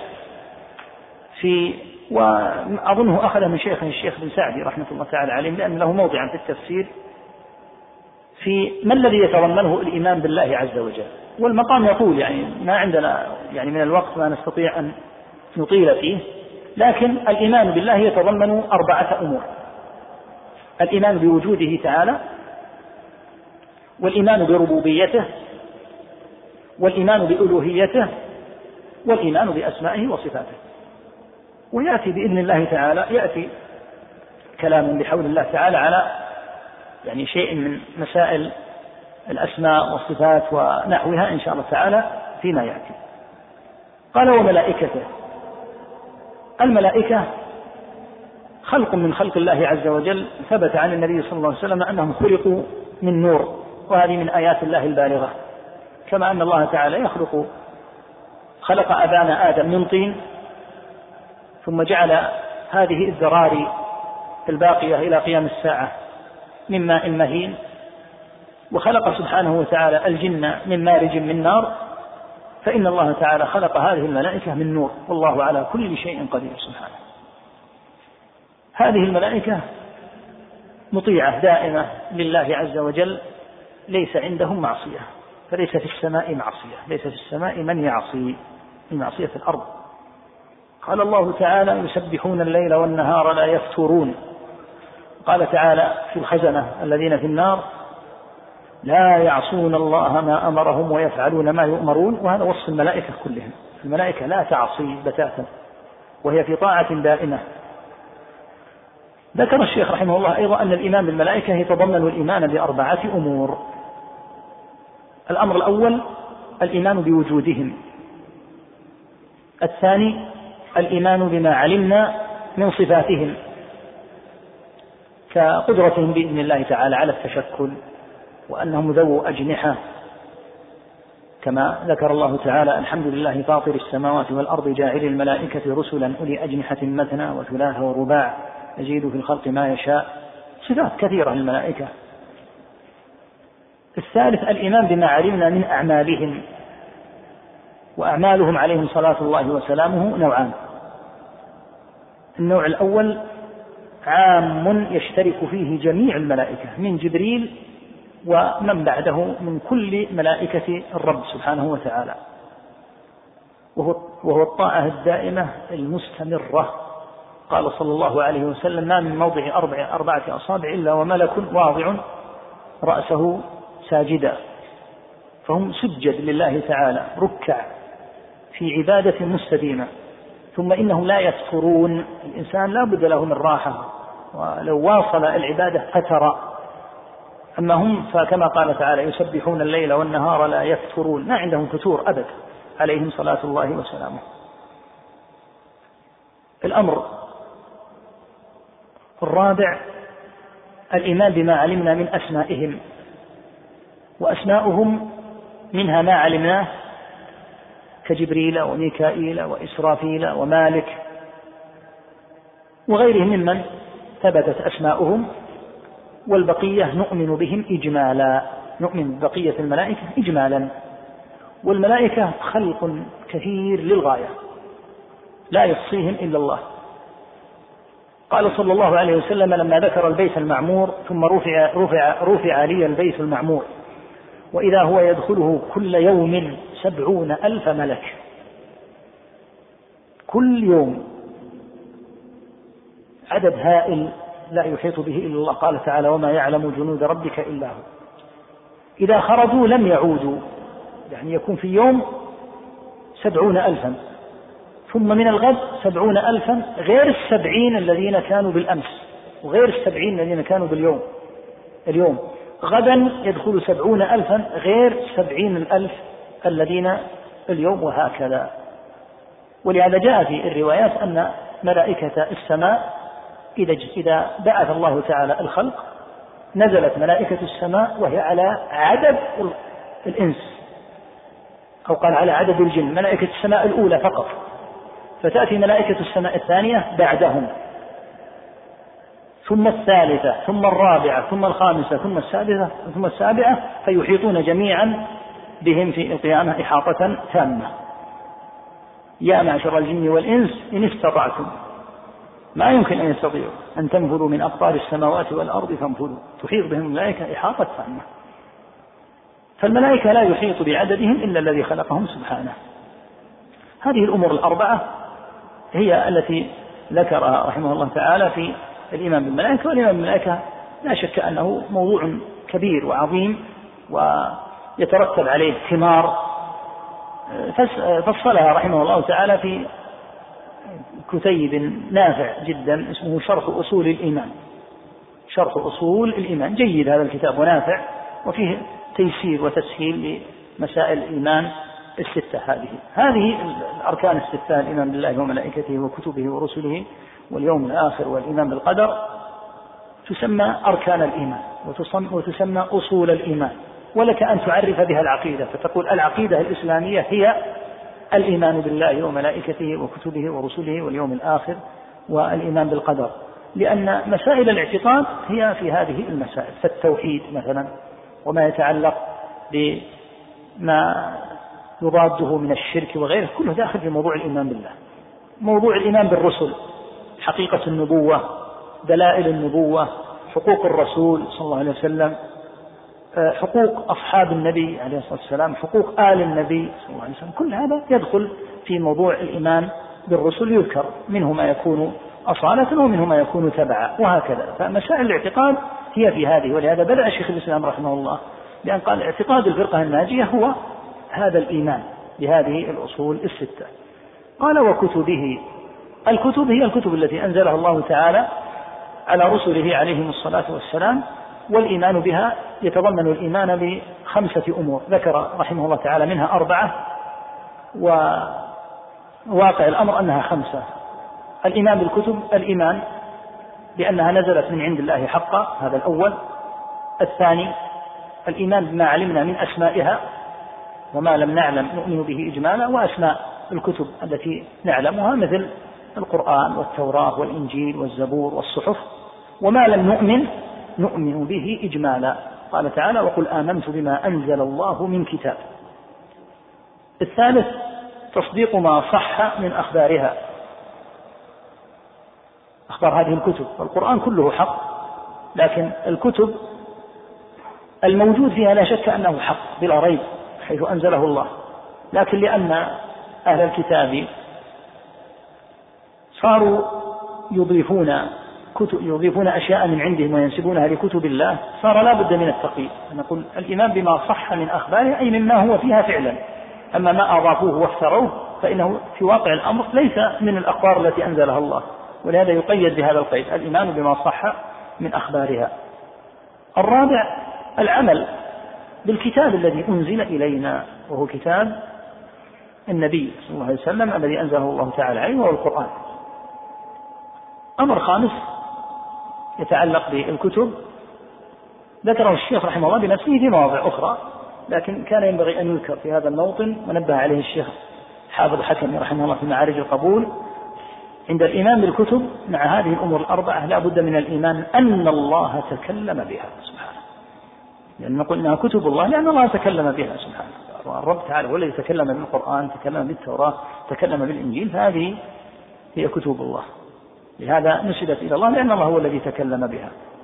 وأظنه أخذ من شيخه الشيخ بن سعدي رحمة الله تعالى عليه، لأن له موضعا في التفسير في ما الذي يتضمنه الإيمان بالله عز وجل. والمقام يطول، يعني ما عندنا يعني من الوقت ما نستطيع أن نطيل فيه، لكن الإيمان بالله يتضمن 4 أمور: الإيمان بوجوده تعالى، والإيمان بربوبيته، والإيمان بألوهيته، والإيمان بأسمائه وصفاته. ويأتي بإذن الله تعالى يأتي كلام بحول الله تعالى على يعني شيء من مسائل الأسماء والصفات ونحوها إن شاء الله تعالى فيما يأتي. قال: وملائكته. الملائكة خلق من خلق الله عز وجل، ثبت عن النبي صلى الله عليه وسلم أنهم خلقوا من نور، وهذه من آيات الله البالغة، كما أن الله تعالى خلق أبانا آدم من طين، ثم جعل هذه الذراري الباقية إلى قيام الساعة من ماء مهين، وخلق سبحانه وتعالى الجن من مارج من نار، فإن الله تعالى خلق هذه الملائكة من نور، والله على كل شيء قدير سبحانه. هذه الملائكة مطيعة دائمة لله عز وجل، ليس عندهم معصية، فليس في السماء معصية، ليس في السماء من يعصي من معصية الأرض. قال الله تعالى: يسبحون الليل والنهار لا يفترون. قال تعالى في الخزنة الذين في النار: لا يعصون الله ما أمرهم ويفعلون ما يؤمرون. وهذا وصف الملائكة كلهم، الملائكة لا تعصي بتاتا وهي في طاعة دائمة. ذكر الشيخ رحمه الله أيضا أن الإيمان بالملائكة يتضمن الإيمان ب4 أمور. الأمر الأول الإيمان بوجودهم، الثاني الإيمان بما علمنا من صفاتهم كقدرتهم بإذن الله تعالى على التشكل، وأنهم ذو أجنحة، كما ذكر الله تعالى: الحمد لله فاطر السماوات والأرض جاعل الملائكة رسلا أولي أجنحة مثنى وثلاث ورباع يزيد في الخلق ما يشاء. صفات كثيرة للملائكة. الثالث الإيمان بما علمنا من أعمالهم، وأعمالهم عليهم صلاة الله وسلامه نوعان: النوع الأول عام يشترك فيه جميع الملائكة من جبريل ومن بعده من كل ملائكة الرب سبحانه وتعالى، وهو الطاعة الدائمة المستمرة. قال صلى الله عليه وسلم: ما من موضع 4 أصابع إلا وملك واضع رأسه ساجدا. فهم سجد لله تعالى، ركع في عبادة مستديمة. ثم إنهم لا يفترون، الإنسان لا بد له من راحة، ولو واصل العبادة فتر. أما هم فكما قال تعالى: يسبحون الليل والنهار لا يفترون، ما عندهم فتور أبدا عليهم صلاة الله وسلامه. الأمر الرابع الإيمان بما علمنا من أسمائهم، وأسماؤهم منها ما علمناه كجبريل وميكائيل وإسرافيل ومالك وغيرهم ممن ثبتت أسماؤهم، والبقية نؤمن بهم إجمالا، نؤمن ببقية الملائكة إجمالا. والملائكة خلق كثير للغاية لا يحصيهم إلا الله. قال صلى الله عليه وسلم لما ذكر البيت المعمور: ثم رفع لي البيت المعمور وإذا هو يدخله كل يوم 70,000 ملك، كل يوم، عدد هائل لا يحيط به إلا الله. قال تعالى: وما يعلم جنود ربك إلا هو. إذا خرجوا لم يعودوا، يعني يكون في يوم 70,000، ثم من الغد 70,000 غير 70 الذين كانوا بالأمس، وغير 70 الذين كانوا اليوم. غدا يدخل 70,000 غير 70,000 الذين اليوم، وهكذا. ولهذا جاء في الروايات أن ملائكة السماء إذا بعث الله تعالى الخلق نزلت ملائكة السماء وهي على عدد الإنس، أو قال على عدد الجن، ملائكة السماء الأولى فقط، فتأتي ملائكة السماء الثانية بعدهم، ثم الثالثة، ثم الرابعة، ثم الخامسة، ثم السادسة، ثم السابعة، فيحيطون جميعا بهم في القيامة إحاطة تامة. يا معشر الجن والإنس إن استطعتم، ما يمكن أن يستطيعوا أن تنفذوا من أقطار السماوات والأرض فانفذوا، تحيط بهم الملائكة إحاطة تامة. فالملائكة لا يحيط بعددهم إلا الذي خلقهم سبحانه. هذه الأمور الأربعة هي التي ذكرها رحمه الله تعالى في الإيمان بالملائكة. والإيمان بالملائكة لا شك أنه موضوع كبير وعظيم ويترتب عليه ثمار فصلها رحمه الله تعالى في كتيب نافع جدا اسمه شرح أصول الإيمان. شرح أصول الإيمان جيد هذا الكتاب ونافع، وفيه تيسير وتسهيل لمسائل الإيمان الستة. هذه الأركان الستة: الإيمان بالله وملائكته وكتبه ورسله واليوم الآخر والإيمان بالقدر، تسمى أركان الإيمان وتسمى أصول الإيمان. ولك أن تعرف بها العقيدة، فتقول العقيدة الإسلامية هي الإيمان بالله وملائكته وكتبه ورسله واليوم الآخر والإيمان بالقدر، لأن مسائل الاعتقاد هي في هذه المسائل. فالتوحيد مثلا وما يتعلق بما يضاده من الشرك وغيره كله داخل في موضوع الإيمان بالله. موضوع الإيمان بالرسل، حقيقة النبوة، دلائل النبوة، حقوق الرسول صلى الله عليه وسلم، حقوق أصحاب النبي عليه الصلاة والسلام، حقوق آل النبي صلى الله عليه وسلم، كل هذا يدخل في موضوع الإيمان بالرسل. يذكر منه ما يكون أصالة ومنه ما يكون تبعا وهكذا. فمسائل الاعتقاد هي في هذه. ولهذا بدأ شيخ الإسلام رحمه الله بأن قال اعتقاد الفرقة الناجية هو هذا الإيمان بهذه الأصول الستة. قال وكتبه، الكتب هي الكتب التي أنزلها الله تعالى على رسله عليهم الصلاة والسلام، والإيمان بها يتضمن الإيمان ب5 أمور ذكر رحمه الله تعالى منها 4، وواقع الأمر أنها 5. الإيمان بالكتب، الإيمان بأنها نزلت من عند الله حقا، هذا الأول. الثاني الإيمان بما علمنا من أسمائها وما لم نعلم نؤمن به إجمالا، وأسماء الكتب التي نعلمها مثل القرآن والتوراة والإنجيل والزبور والصحف. وما لم نؤمن به إجمالا، قال تعالى وقل آمنت بما أنزل الله من كتاب. الثالث تصديق ما صح من أخبارها، أخبار هذه الكتب. والقرآن كله حق، لكن الكتب الموجود فيها لا شك أنه حق بلا ريب حيث أنزله الله، لكن لأن أهل الكتاب صاروا يضيفون أشياء من عندهم وينسبونها لكتب الله، صار لا بد من التقييد. نقول الإيمان بما صح من أخباره أي مما هو فيها فعلا، أما ما أضافوه وافتروه فإنه في واقع الأمر ليس من الأخبار التي أنزلها الله، ولهذا يقيد بهذا القيد: الإيمان بما صح من أخبارها. الرابع العمل بالكتاب الذي أنزل إلينا، وهو كتاب النبي صلى الله عليه وسلم الذي أنزله الله تعالى عليه، وهو القرآن. أمر خامس يتعلق بالكتب ذكره الشيخ رحمه الله بنفسه في مواضع أخرى، لكن كان ينبغي أن يذكر في هذا الموطن، ونبه عليه الشيخ حافظ حكمي رحمه الله في معارج القبول. عند الإيمان بالكتب مع هذه الأمور الأربعة لا بد من الإيمان أن الله تكلم بها سبحانه، لأن نقول إنها كتب الله لأن الله تكلم بها سبحانه. والرب تعالى هو الذي تكلم بالقرآن، تكلم بالتوراة، تكلم بالإنجيل، فهذه هي كتب الله، لهذا نسبت إلى الله لأن الله هو الذي تكلم بها.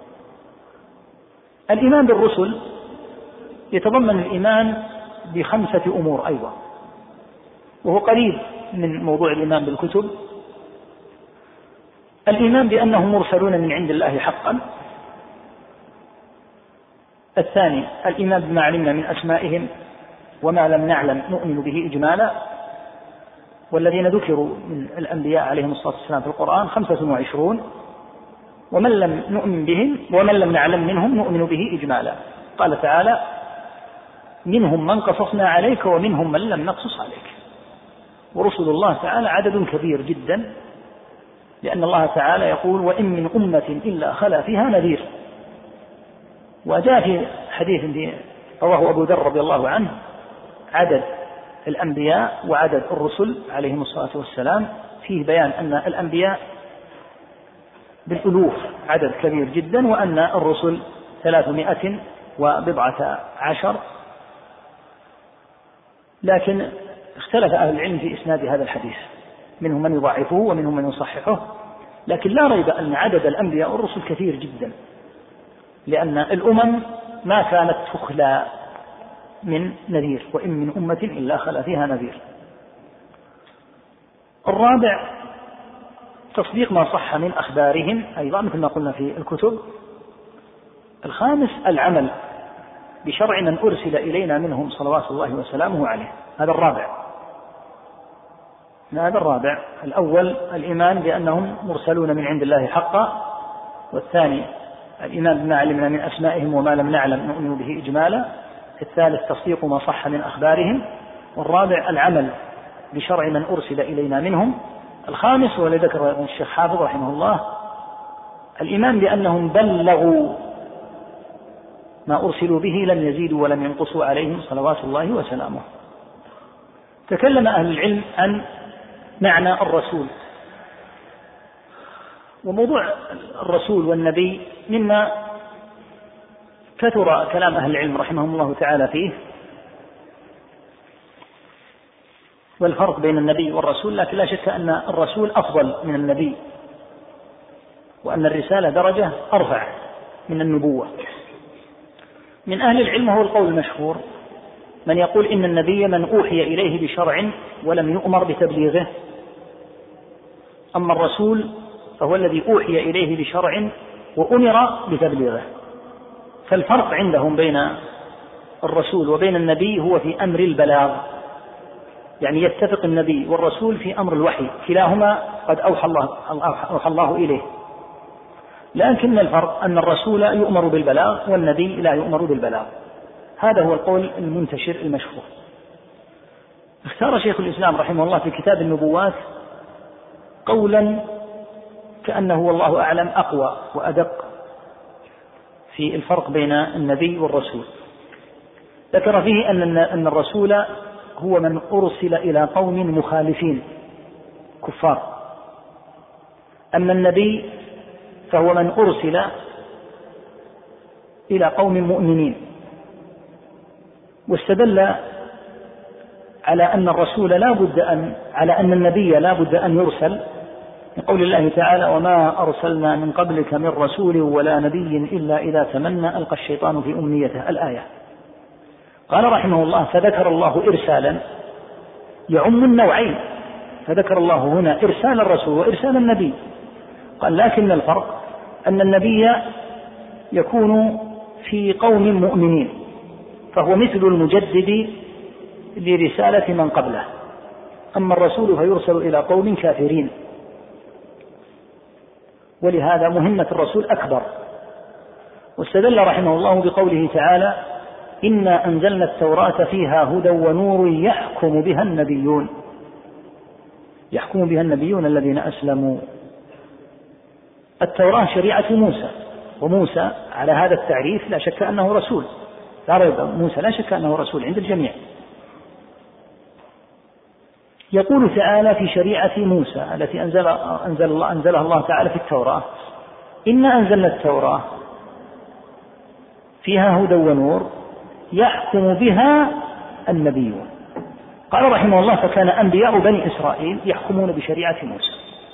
الإيمان بالرسل يتضمن الإيمان ب5 أمور أيضا، وهو قريب من موضوع الإيمان بالكتب. الإيمان بأنهم مرسلون من عند الله حقا. الثاني الإيمان بما علمنا من أسمائهم وما لم نعلم نؤمن به إجمالا، والذين ذكروا من الأنبياء عليهم الصلاة والسلام في القرآن 25، ومن لم نؤمن بهم ومن لم نعلم منهم نؤمن به إجمالا. قال تعالى منهم من قصصنا عليك ومنهم من لم نقصص عليك. ورسل الله تعالى عدد كبير جدا، لأن الله تعالى يقول وإن من أمة إلا خلا فيها نذير. وجاء في حديث رواه أبو ذر رضي الله عنه عدد الأنبياء وعدد الرسل عليهم الصلاة والسلام، فيه بيان أن الأنبياء بالألوف عدد كبير جدا، وأن الرسل 310، لكن اختلف أهل العلم في إسناد هذا الحديث، منهم من يضعفه ومنهم من يصححه، لكن لا ريب أن عدد الأنبياء والرسل كثير جدا، لأن الأمم ما كانت تخلى من نذير، وإن من أمة إلا خلا فيها نذير. الرابع تصديق ما صح من أخبارهم أيضا مثل ما قلنا في الكتب. الخامس العمل بشرع من أرسل إلينا منهم صلوات الله وسلامه عليه. هذا الرابع. الأول الإيمان بأنهم مرسلون من عند الله حقا، والثاني الإيمان بما علمنا من أسمائهم وما لم نعلم نؤمن به إجمالا، الثالث تصديق ما صح من أخبارهم، والرابع العمل بشرع من أرسل إلينا منهم. الخامس والذي ذكر الشيخ حافظ رحمه الله الإيمان بأنهم بلغوا ما أرسلوا به لم يزيدوا ولم ينقصوا عليهم صلوات الله وسلامه. تكلم أهل العلم عن معنى الرسول، وموضوع الرسول والنبي مما كثر كلام أهل العلم رحمهم الله تعالى فيه، والفرق بين النبي والرسول، لكن لا شك أن الرسول أفضل من النبي، وأن الرسالة درجة أرفع من النبوة. من أهل العلم هو القول المشهور من يقول إن النبي من أوحي إليه بشرع ولم يؤمر بتبليغه، أما الرسول فهو الذي أوحي إليه بشرع وأمر بتبليغه. فالفرق عندهم بين الرسول وبين النبي هو في أمر البلاغ، يعني يتفق النبي والرسول في أمر الوحي، كلاهما قد أوحى الله إليه، لكن الفرق أن الرسول يؤمر بالبلاغ والنبي لا يؤمر بالبلاغ. هذا هو القول المنتشر المشهور. اختار شيخ الإسلام رحمه الله في كتاب النبوات قولا كأنه والله أعلم أقوى وأدق في الفرق بين النبي والرسول. ذكر فيه أن الرسول هو من أرسل إلى قوم مخالفين كفار، أما النبي فهو من أرسل إلى قوم مؤمنين. واستدل على أن الرسول على أن النبي لا بد أن يرسل لقول الله تعالى وما أرسلنا من قبلك من رسول ولا نبي إلا إذا تمنى ألقى الشيطان في أمنيته الآية. قال رحمه الله فذكر الله إرسالا يعم النوعين، فذكر الله هنا إرسال الرسول وإرسال النبي. قال لكن الفرق أن النبي يكون في قوم مؤمنين، فهو مثل المجدد لرسالة من قبله، أما الرسول فيرسل إلى قوم كافرين، ولهذا مهمة الرسول أكبر. واستدل رحمه الله بقوله تعالى إنا أنزلنا التوراة فيها هدى ونور يحكم بها النبيون الذين أسلموا. التوراة شريعة موسى، وموسى على هذا التعريف لا شك أنه رسول، لا ريب موسى لا شك أنه رسول عند الجميع. يقول تعالى في شريعة موسى التي أنزلها الله تعالى في التوراة إنا أنزلنا التوراة فيها هدى ونور يحكم بها النبيون. قال رحمه الله فكان أنبياء بني إسرائيل يحكمون بشريعة موسى،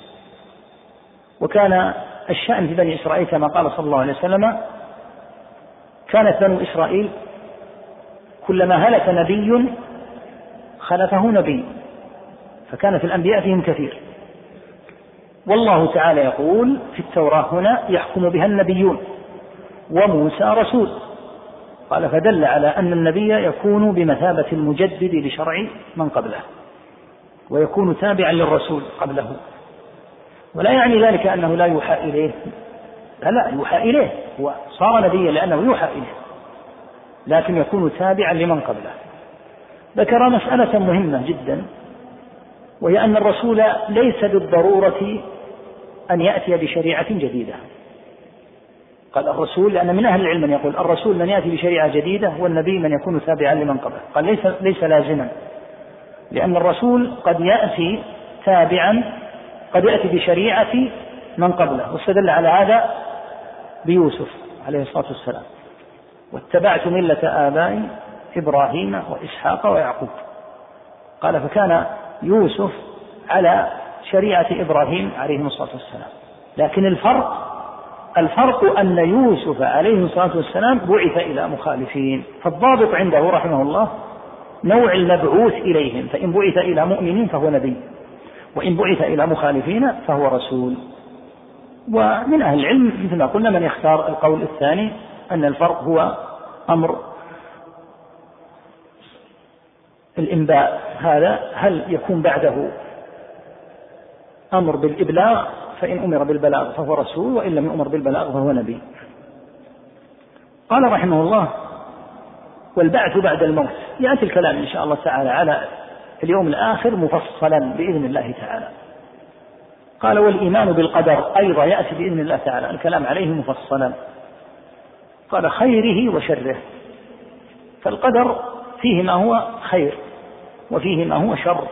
وكان الشأن في بني إسرائيل كما قال صلى الله عليه وسلم كانت بنو إسرائيل كلما هلك نبي خلفه نبي، فكانت الأنبياء فيهم كثير. والله تعالى يقول في التوراة هنا يحكم بها النبيون وموسى رسول. قال فدل على أن النبي يكون بمثابة المجدد لشرع من قبله، ويكون تابعا للرسول قبله، ولا يعني ذلك أنه لا يوحى إليه، لا يوحى إليه، هو صار نبيا لأنه يوحى إليه، لكن يكون تابعا لمن قبله. ذكر مسألة مهمة جدا، وهي أن الرسول ليس بالضرورة أن يأتي بشريعة جديدة. قال الرسول، لأن من أهل العلم من يقول الرسول من يأتي بشريعة جديدة والنبي من يكون تابعا لمن قبله. قال ليس لازما، لأن الرسول قد يأتي تابعا، قد يأتي بشريعة من قبله، واستدل على هذا بيوسف عليه الصلاة والسلام: واتبعت ملة آبائي إبراهيم وإسحاق ويعقوب. قال فكان يوسف على شريعة إبراهيم عليه الصلاة والسلام. لكن الفرق أن يوسف عليه الصلاة والسلام بعث إلى مخالفين، فالضابط عنده رحمه الله نوع المبعوث إليهم، فإن بعث إلى مؤمنين فهو نبي، وإن بعث إلى مخالفين فهو رسول. ومن أهل العلم مثل ما قلنا من يختار القول الثاني، أن الفرق هو أمر الإنباء، هذا هل يكون بعده أمر بالإبلاغ، فإن أمر بالبلاغ فهو رسول، وإن لم يؤمر بالبلاغ فهو نبي. قال رحمه الله: والبعث بعد الموت. يأتي الكلام إن شاء الله تعالى على اليوم الآخر مفصلا بإذن الله تعالى. قال: والإيمان بالقدر أيضا يأتي بإذن الله تعالى الكلام عليه مفصلا. قال: خيره وشره. فالقدر فيه ما هو خير وفيه ما هو شر.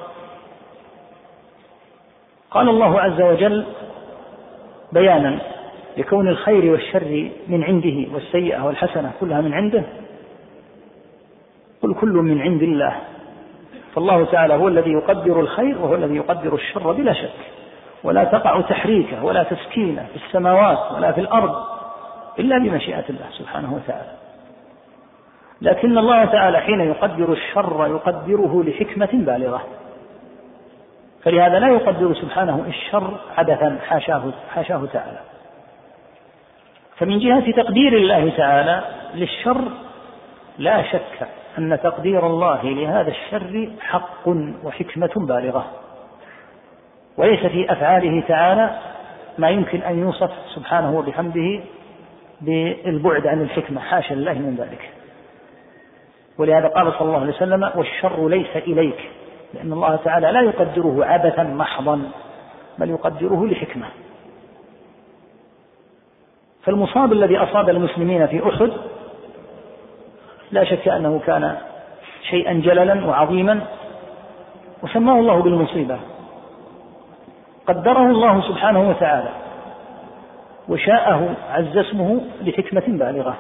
قال الله عز وجل بيانا لكون الخير والشر من عنده، والسيئة والحسنة كلها من عنده: قل كل من عند الله. فالله تعالى هو الذي يقدر الخير وهو الذي يقدر الشر بلا شك، ولا تقع تحريكه ولا تسكينه في السماوات ولا في الأرض إلا بمشيئة الله سبحانه وتعالى. لكن الله تعالى حين يقدر الشر يقدره لحكمة بالغة، فلهذا لا يقدر سبحانه الشر عبثا، حاشاه تعالى. فمن جهة تقدير الله تعالى للشر لا شك أن تقدير الله لهذا الشر حق وحكمة بالغة، وليس في أفعاله تعالى ما يمكن أن يوصف سبحانه وبحمده بالبعد عن الحكمة، حاشا الله من ذلك. ولهذا قال صلى الله عليه وسلم: والشر ليس إليك، لأن الله تعالى لا يقدره عبثا محضا، بل يقدره لحكمة. فالمصاب الذي أصاب المسلمين في أحد لا شك أنه كان شيئا جللا وعظيما، وسماه الله بالمصيبة، قدره الله سبحانه وتعالى وشاءه عز اسمه لحكمة بالغة.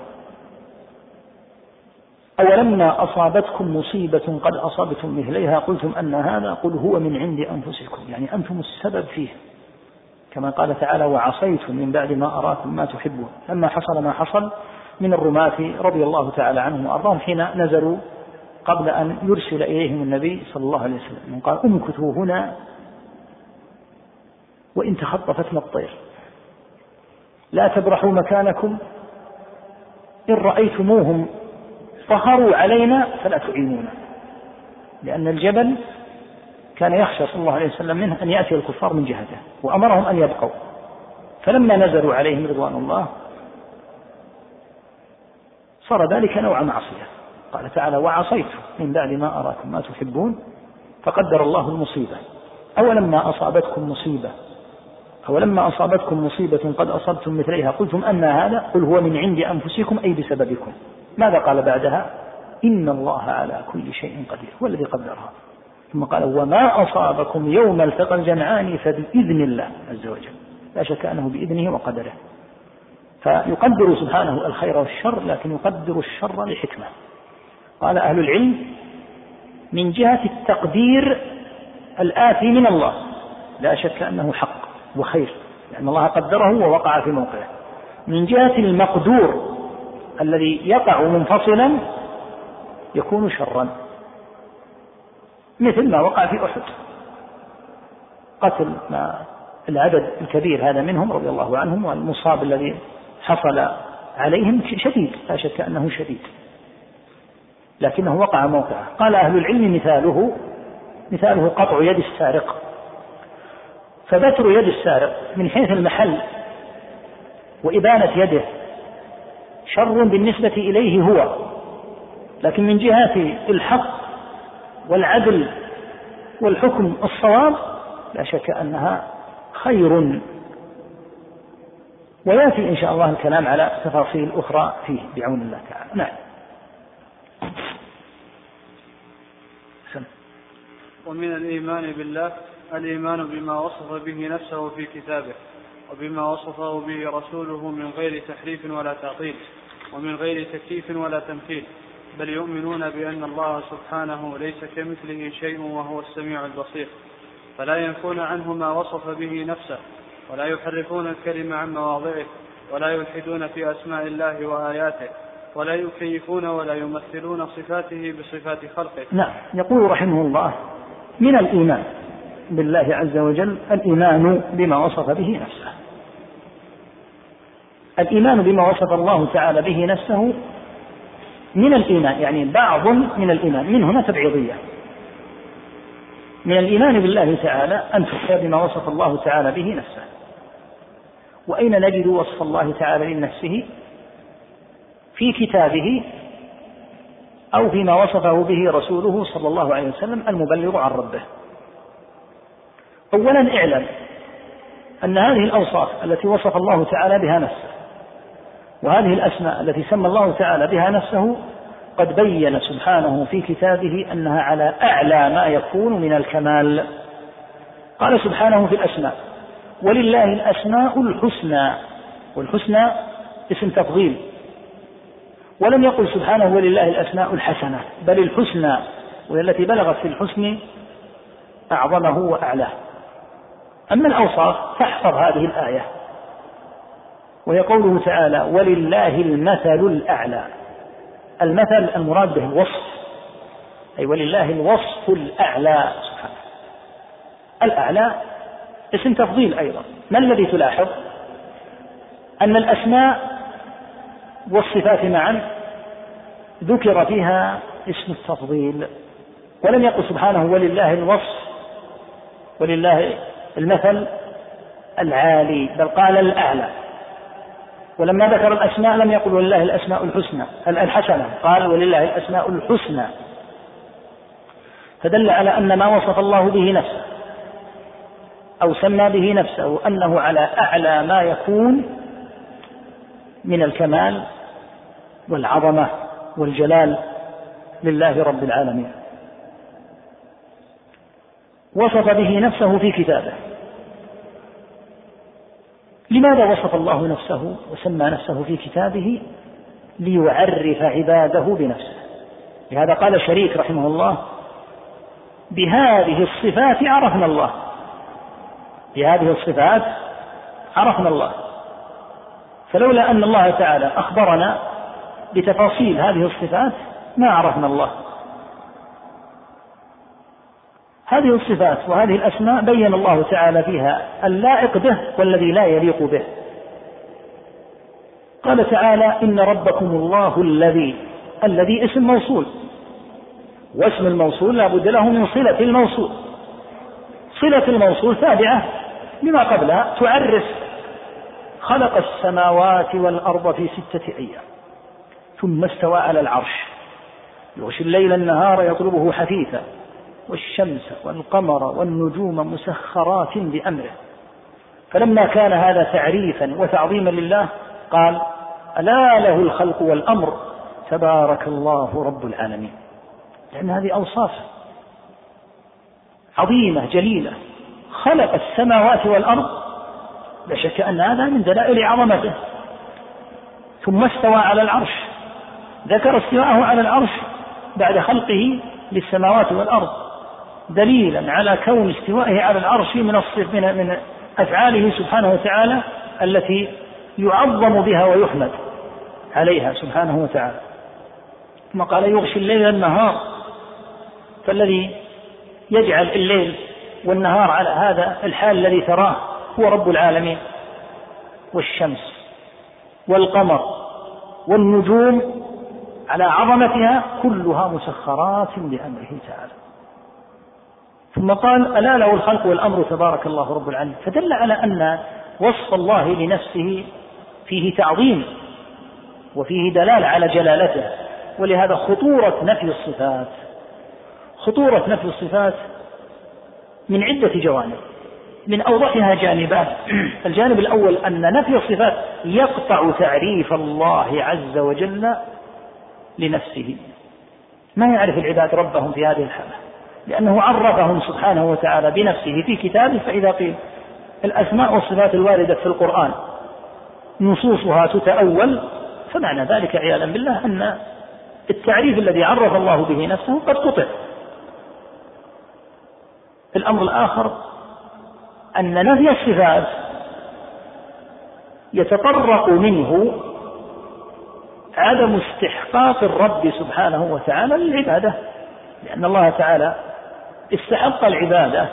أولما أصابتكم مصيبة قد أصابتم مثليها قلتم أن هذا، قل هو من عند أنفسكم، يعني أنتم السبب فيه، كما قال تعالى: وعصيتم من بعد ما أراكم ما تحبون. لما حصل ما حصل من الرماة رضي الله تعالى عنهم وأرضاهم حين نزلوا قبل أن يرسل إليهم النبي صلى الله عليه وسلم، قال: امكثوا هنا وإن تخطفتنا الطير، لا تبرحوا مكانكم، إن رأيتموهم ظهروا علينا فلا تعينونا. لأن الجبل كان يخشى صلى الله عليه وسلم منه أن يأتي الكفار من جهته، وأمرهم أن يبقوا. فلما نزلوا عليهم رضوان الله صار ذلك نوع معصية. قال تعالى: وعصيت من بعد ما أراكم ما تحبون، فقدر الله المصيبة. أولما أصابتكم مصيبة قد أصبتم مثليها قلتم أن هذا، قل هو من عند أنفسكم أي بسببكم. ماذا قال بعدها؟ إن الله على كل شيء قدير، هو الذي قدرها. ثم قال: وما أصابكم يوم التقى الجمعان فبإذن الله عز وجل. لا شك أنه بإذنه وقدره، فيقدر سبحانه الخير والشر، لكن يقدر الشر لحكمة. قال أهل العلم: من جهة التقدير الآتي من الله لا شك أنه حق وخير، لأن الله قدره ووقع في موقعه. من جهة المقدور الذي يقع منفصلا يكون شرا، مثل ما وقع في أحد، قتل العدد الكبير هذا منهم رضي الله عنهم، والمصاب الذي حصل عليهم شديد، لا شك أنه شديد، لكنه وقع موقعه. قال أهل العلم: مثاله قطع يد السارق. فبتر يد السارق من حيث المحل وإبانة يده شر بالنسبة إليه هو، لكن من جهة الحق والعدل والحكم الصواب لا شك أنها خير، ويأتي إن شاء الله الكلام على تفاصيل أخرى فيه بعون الله تعالى. نعم. ومن الإيمان بالله الإيمان بما وصف به نفسه في كتابه وبما وصفه به رسوله من غير تحريف ولا تعطيل ومن غير تكييف ولا تمثيل، بل يؤمنون بأن الله سبحانه ليس كمثله شيء وهو السميع البصير، فلا ينفون عنه ما وصف به نفسه ولا يحرفون الكلمة عن مواضعه ولا يلحدون في أسماء الله وآياته ولا يكيفون ولا يمثلون صفاته بصفات خلقه. نعم. يقول رحمه الله: من الإيمان بالله عز وجل الإيمان بما وصف به نفسه. الإيمان بما وصف الله تعالى به نفسه من الإيمان، يعني بعض من الإيمان، من هنا تبعيضية. من الإيمان بالله تعالى أن تؤمن بما وصف الله تعالى به نفسه. وأين نجد وصف الله تعالى لنفسه؟ في كتابه أو فيما وصفه به رسوله صلى الله عليه وسلم المبلغ عن ربه. أولا اعلم أن هذه الأوصاف التي وصف الله تعالى بها نفسه وهذه الأسماء التي سمى الله تعالى بها نفسه قد بين سبحانه في كتابه أنها على أعلى ما يكون من الكمال. قال سبحانه في الأسماء: ولله الأسماء الحسنى، والحسنى اسم تفضيل، ولم يقل سبحانه ولله الأسماء الحسنة، بل الحسنى، والتي بلغت في الحسن أعظمه وأعلاه. أما الأوصاف فاحفظ هذه الآية، وهي قوله تعالى: ولله المثل الأعلى. المثل المراد به الوصف، أي ولله الوصف الأعلى سبحانه. الأعلى اسم تفضيل أيضا. ما الذي تلاحظ؟ أن الأسماء والصفات معا ذكر فيها اسم التفضيل، ولم يقل سبحانه ولله الوصف ولله المثل العالي، بل قال الأعلى. ولما ذكر الأسماء لم يقل ولله الأسماء الحسنة، قال ولله الأسماء الحسنى، فدل على أن ما وصف الله به نفسه أو سمى به نفسه أنه على أعلى ما يكون من الكمال والعظمة والجلال لله رب العالمين. وصف به نفسه في كتابه. لماذا وصف الله نفسه وسمى نفسه في كتابه؟ ليعرف عباده بنفسه. لهذا قال شريك رحمه الله: بهذه الصفات عرفنا الله. بهذه الصفات عرفنا الله. فلولا أن الله تعالى أخبرنا بتفاصيل هذه الصفات ما عرفنا الله. هذه الصفات وهذه الأسماء بين الله تعالى فيها اللائق به والذي لا يليق به. قال تعالى: إن ربكم الله الذي اسم موصول، واسم الموصول لا بد له من صلة الموصول. صلة الموصول تابعة لما قبلها، تعرف خلق السماوات والأرض في 6 أيام ثم استوى على العرش يغشي الليل النهار يطلبه حثيثا والشمس والقمر والنجوم مسخرات بأمره. فلما كان هذا تعريفا وتعظيما لله قال: ألا له الخلق والأمر تبارك الله رب العالمين. لأن هذه أوصاف عظيمة جليلة. خلق السماوات والأرض، لا شك أن هذا من دلائل عظمته. ثم استوى على العرش، ذكر استواءه على العرش بعد خلقه للسماوات والأرض دليلا على كون استوائه على العرش من أفعاله سبحانه وتعالى التي يعظم بها ويحمد عليها سبحانه وتعالى. ثم قال: يغشي الليل النهار. فالذي يجعل الليل والنهار على هذا الحال الذي تراه هو رب العالمين. والشمس والقمر والنجوم على عظمتها كلها مسخرات بأمره تعالى. ثم قال: ألا له الخلق والأمر تبارك الله رب العالمين. فدل على أن وصف الله لنفسه فيه تعظيم وفيه دلالة على جلالته. ولهذا خطورة نفي الصفات من عدة جوانب، من أوضحها جانبان. الجانب الأول أن نفي الصفات يقطع تعريف الله عز وجل لنفسه، ما يعرف العباد ربهم في هذه الحالة، لأنه عرفهم سبحانه وتعالى بنفسه في كتابه. فإذا قيل الأسماء والصفات الواردة في القرآن نصوصها تتأول، فمعنى ذلك عياذا بالله أن التعريف الذي عرف الله به نفسه قد قطع. الأمر الآخر أن نفي الصفات يتطرق منه عدم استحقاق الرب سبحانه وتعالى للعبادة، لأن الله تعالى استحق العبادة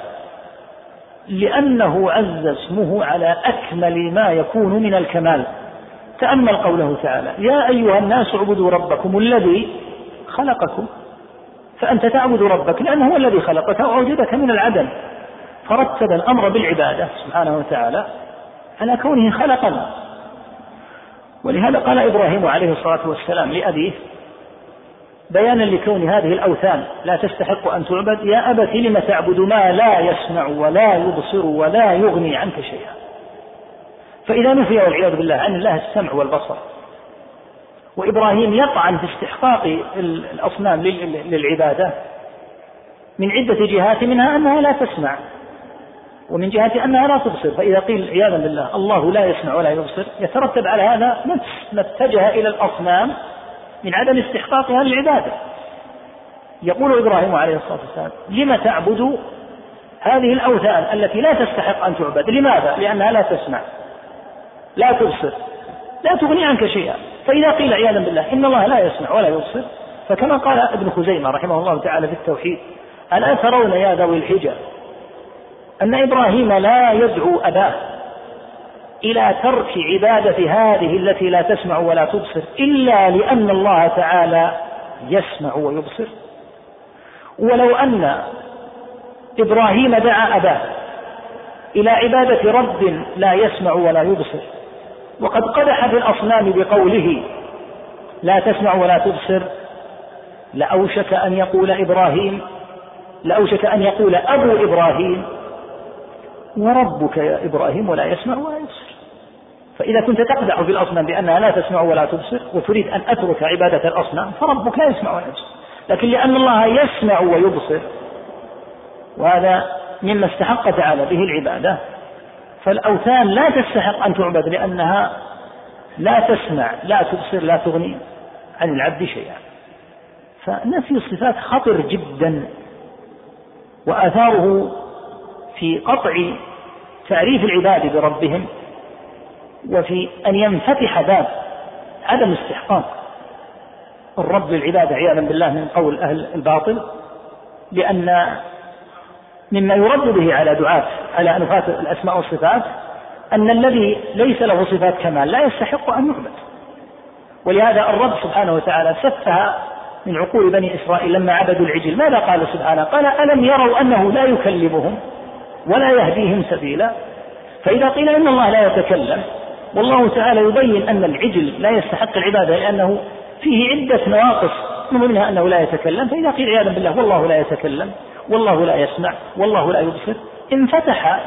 لأنه عز اسمه على أكمل ما يكون من الكمال. تأمل قوله تعالى: يا أيها الناس اعبدوا ربكم الذي خلقكم. فأنت تعبد ربك لأنه هو الذي خلقك وأوجدك من العدم، فرتب الأمر بالعبادة سبحانه وتعالى على كونه خلقنا. ولهذا قال إبراهيم عليه الصلاة والسلام لأبيه بيانا لكون هذه الأوثان لا تستحق أن تعبد: يا أبت لم تعبد ما لا يسمع ولا يبصر ولا يغني عنك شيئا. فإذا نفي والعياذ بالله عن الله السمع والبصر، وإبراهيم يطعن في استحقاق الأصنام للعبادة من عدة جهات، منها أنها لا تسمع، ومن جهة أنها لا تبصر. فإذا قيل عياذا بالله الله لا يسمع ولا يبصر، يترتب على هذا نفس ما اتجه إلى الأصنام من عدم استحقاقها للعبادة. يقول إبراهيم عليه الصلاة والسلام: لم تعبد هذه الأوثان التي لا تستحق أن تعبد؟ لماذا؟ لأنها لا تسمع، لا تبصر، لا تغني عنك شيئا. فإذا قيل عياذا بالله إن الله لا يسمع ولا يبصر، فكما قال ابن خزيمة رحمه الله تعالى في التوحيد: ألا ترون يا ذوي الحجة أن إبراهيم لا يدعو أباه إلى ترك عبادة هذه التي لا تسمع ولا تبصر إلا لأن الله تعالى يسمع ويبصر؟ ولو أن إبراهيم دعا أباه إلى عبادة رب لا يسمع ولا يبصر، وقد قدح في الأصنام بقوله لا تسمع ولا تبصر، لأوشك أن يقول أبو إبراهيم: وربك يا إبراهيم ولا يسمع ولا يبصر. فإذا كنت تقدح في الأصنام بأنها لا تسمع ولا تبصر وتريد أن أترك عبادة الأصنام، فربك لا يسمع ولا يبصر. لكن لأن الله يسمع ويبصر، وهذا مما استحق تعالى به العبادة، فالأوثان لا تستحق أن تعبد لأنها لا تسمع لا تبصر لا تغني عن العبد شيئا. فنفي الصفات خطر جدا، وآثاره في قطع تعريف العباد بربهم، وفي أن ينفتح باب عدم استحقاق الرب للعبادة عياذا بالله من قول أهل الباطل. لأن مما يرد به على دعاة على أنفاة الأسماء والصفات أن الذي ليس له صفات كمال لا يستحق أن يعبد. ولهذا الرب سبحانه وتعالى سفه من عقول بني إسرائيل لما عبدوا العجل. ماذا قال سبحانه؟ قال: ألم يروا أنه لا يكلمهم ولا يهديهم سبيلا؟ فإذا قيل إن الله لا يتكلم، والله تعالى يبين أن العجل لا يستحق العبادة لأنه فيه عدة نواقص من ضمنها أنه لا يتكلم، فإذا قيل عياذا بالله والله لا يتكلم والله لا يسمع والله لا يبصر، انفتح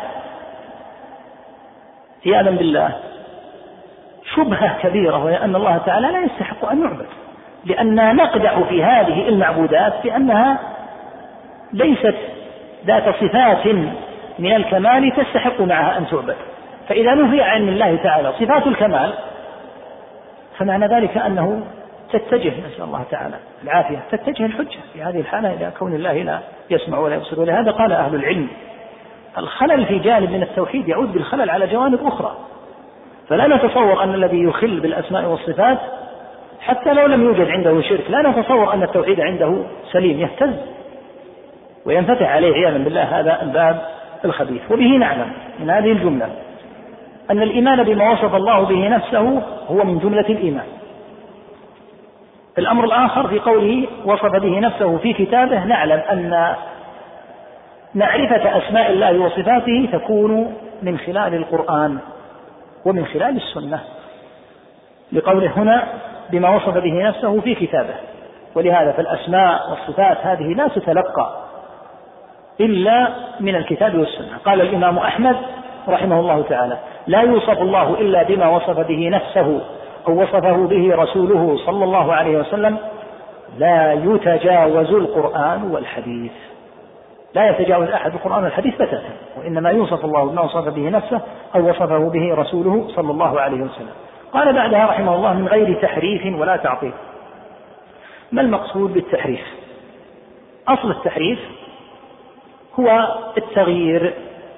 عياذا بالله شبهة كبيرة، وهي أن الله تعالى لا يستحق أن يعبد، لأننا نقدح في هذه المعبودات بأنها ليست ذات صفات من الكمال تستحق معها أن تعبد. فإذا نفي عن الله تعالى صفات الكمال، فمعنى ذلك أنه تتجه، نسأل الله تعالى العافية، تتجه الحجة في هذه الحالة إلى كون الله لا يسمع ولا يبصر. ولهذا قال أهل العلم: الخلل في جانب من التوحيد يعود بالخلل على جوانب أخرى. فلا نتصور أن الذي يخل بالأسماء والصفات حتى لو لم يوجد عنده شرك، لا نتصور أن التوحيد عنده سليم، يهتز وينفتح عليه عياذا بالله هذا الباب الخبيث. وبه نعلم من هذه الجملة أن الإيمان بما وصف الله به نفسه هو من جملة الإيمان. الأمر الآخر في قوله وصف به نفسه في كتابه، نعلم أن معرفة أسماء الله وصفاته تكون من خلال القرآن ومن خلال السنة، لقوله هنا بما وصف به نفسه في كتابه. ولهذا فالأسماء والصفات هذه لا تتلقى إلا من الكتاب والسنة. قال الإمام أحمد رحمه الله تعالى: لا يوصف الله إلا بما وصف به نفسه أو وصفه به رسوله صلى الله عليه وسلم، لا يتجاوز القرآن والحديث. لا يتجاوز أحد القرآن والحديث بتاتا، وإنما يوصف الله بما وصف به نفسه أو وصفه به رسوله صلى الله عليه وسلم. قال بعدها رحمه الله: من غير تحريف ولا تعطيل. ما المقصود بالتحريف؟ أصل التحريف هو التغيير،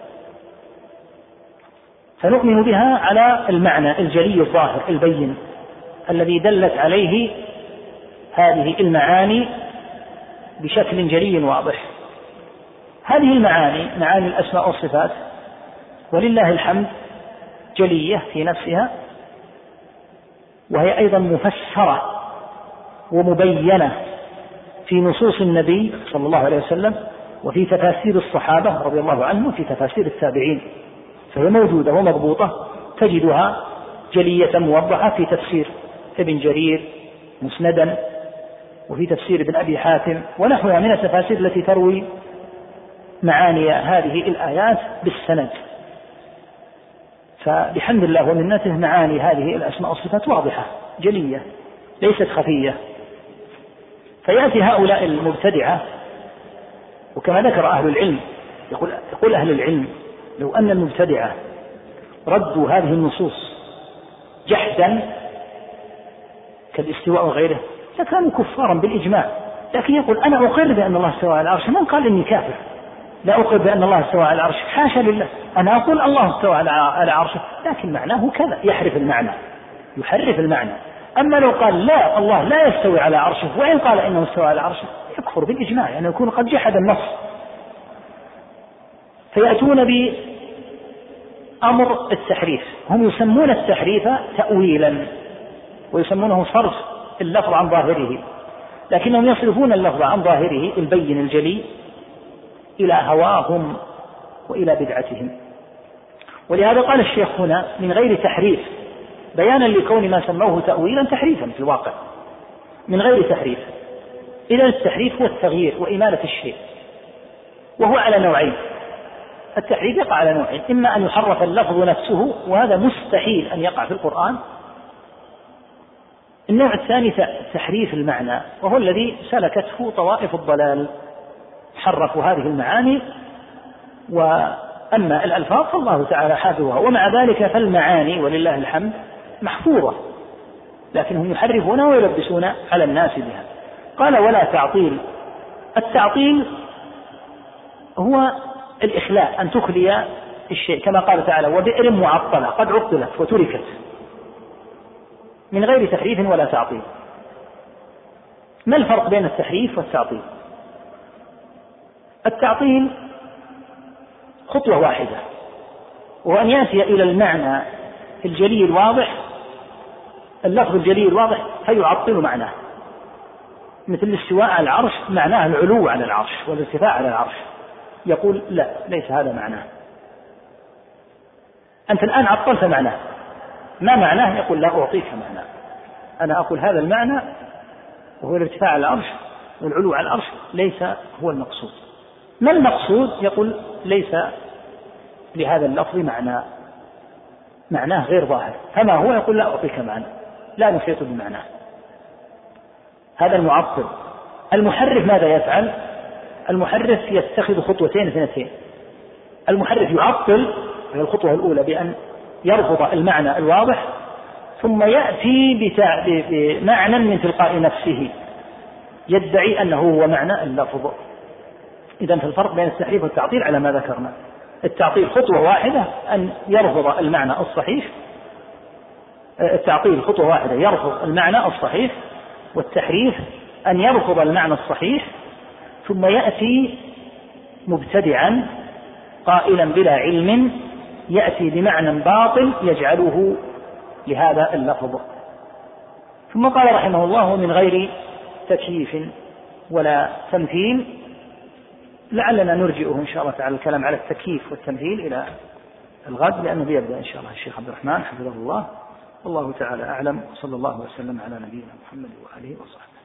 فنؤمن بها على المعنى الجلي الظاهر البين الذي دلت عليه هذه المعاني بشكل جلي واضح. هذه المعاني معاني الأسماء والصفات ولله الحمد جلية في نفسها، وهي أيضا مفسرة ومبينة في نصوص النبي صلى الله عليه وسلم وفي تفاسير الصحابة رضي الله عنهم وفي تفاسير التابعين، فهي موجودة ومضبوطة، تجدها جلية موضحة في تفسير ابن جرير مسندا، وفي تفسير ابن أبي حاتم ونحوها من التفاسير التي تروي معاني هذه الآيات بالسند. فبحمد الله ومنته معاني هذه الأسماء والصفات واضحة جلية ليست خفية. فيأتي هؤلاء المبتدعة، وكما ذكر أهل العلم، يقول أهل العلم: لو أن المبتدعة ردوا هذه النصوص جحدا كالاستواء وغيره لكانوا كفارا بالإجماع. لكن يقول: أنا أقر بأن الله استوى على العرش. من قال إني كافر؟ لا أقر بأن الله استوى على العرش، حاشا لله، أنا أقول الله استوى على عرشه، لكن معناه كذا، يحرف المعنى. أما لو قال لا، الله لا يستوي على عرشه، وإن قال إنه استوى على عرشه، يكفر بالإجماع، يعني يكون قد جحد النص. فيأتون بأمر التحريف، هم يسمون التحريف تأويلا ويسمونه صرف اللفظ عن ظاهره، لكنهم يصرفون اللفظ عن ظاهره البين الجلي إلى هواهم وإلى بدعتهم. ولهذا قال الشيخ هنا: من غير تحريف، بيانا لكون ما سموه تأويلا تحريفا في الواقع، من غير تحريف. إذا التحريف هو التغيير وإمالة الشيء، وهو على نوعين. التحريف يقع على نوعين: إما أن يحرف اللفظ نفسه، وهذا مستحيل أن يقع في القرآن. النوع الثاني تحريف المعنى، وهو الذي سلكته طوائف الضلال، حرفوا هذه المعاني. وأما الألفاظ فالله تعالى حافظها، ومع ذلك فالمعاني ولله الحمد محفوظة، لكنهم يحرفونها ويلبسون على الناس بها. قال: ولا تعطيل. التعطيل هو الإخلاء، أن تخلي الشيء، كما قال تعالى: وبئر معطلة قد عطلت وتركت. من غير تحريف ولا تعطيل. ما الفرق بين التحريف والتعطيل؟ التعطيل خطوة واحدة، وأن يأتي إلى المعنى الجلي الواضح، اللفظ الجلي الواضح، فيعطل معناه. مثل الاستواء على العرش معناه العلو على العرش والارتفاع على العرش، يقول: لا، ليس هذا معناه. أنت الآن عطلت معناه. ما معناه؟ يقول: لا أعطيك معناه، أنا أقول هذا المعنى وهو الارتفاع على العرش والعلو على العرش ليس هو المقصود. ما المقصود؟ يقول: ليس لهذا اللفظ معناه غير ظاهر. فما هو؟ يقول: لا أعطيك معنى، لا نحيط بمعناه. هذا المعطل. المحرف ماذا يفعل؟ المحرف يتخذ خطوتين اثنتين. المحرف يعطل في الخطوة الأولى بأن يرفض المعنى الواضح، ثم يأتي بمعنى من تلقاء نفسه يدعي أنه هو معنى اللفظ. إذن في الفرق بين التحريف والتعطيل على ما ذكرنا. التعطيل خطوة واحدة أن يرفض المعنى الصحيح، التعطيل خطوة واحدة يرفض المعنى الصحيح، والتحريف أن يرفض المعنى الصحيح ثم يأتي مبتدعا قائلا بلا علم، يأتي بمعنى باطل يجعله لهذا اللفظ. ثم قال رحمه الله: من غير تكييف ولا تمثيل. لعلنا نرجئه إن شاء الله تعالى الكلام على التكييف والتمثيل إلى الغد، لأنه بيبدأ إن شاء الله الشيخ عبد الرحمن حفظه الله. والله تعالى أعلم، وصلى الله وسلم على نبينا محمد وآله وصحبه.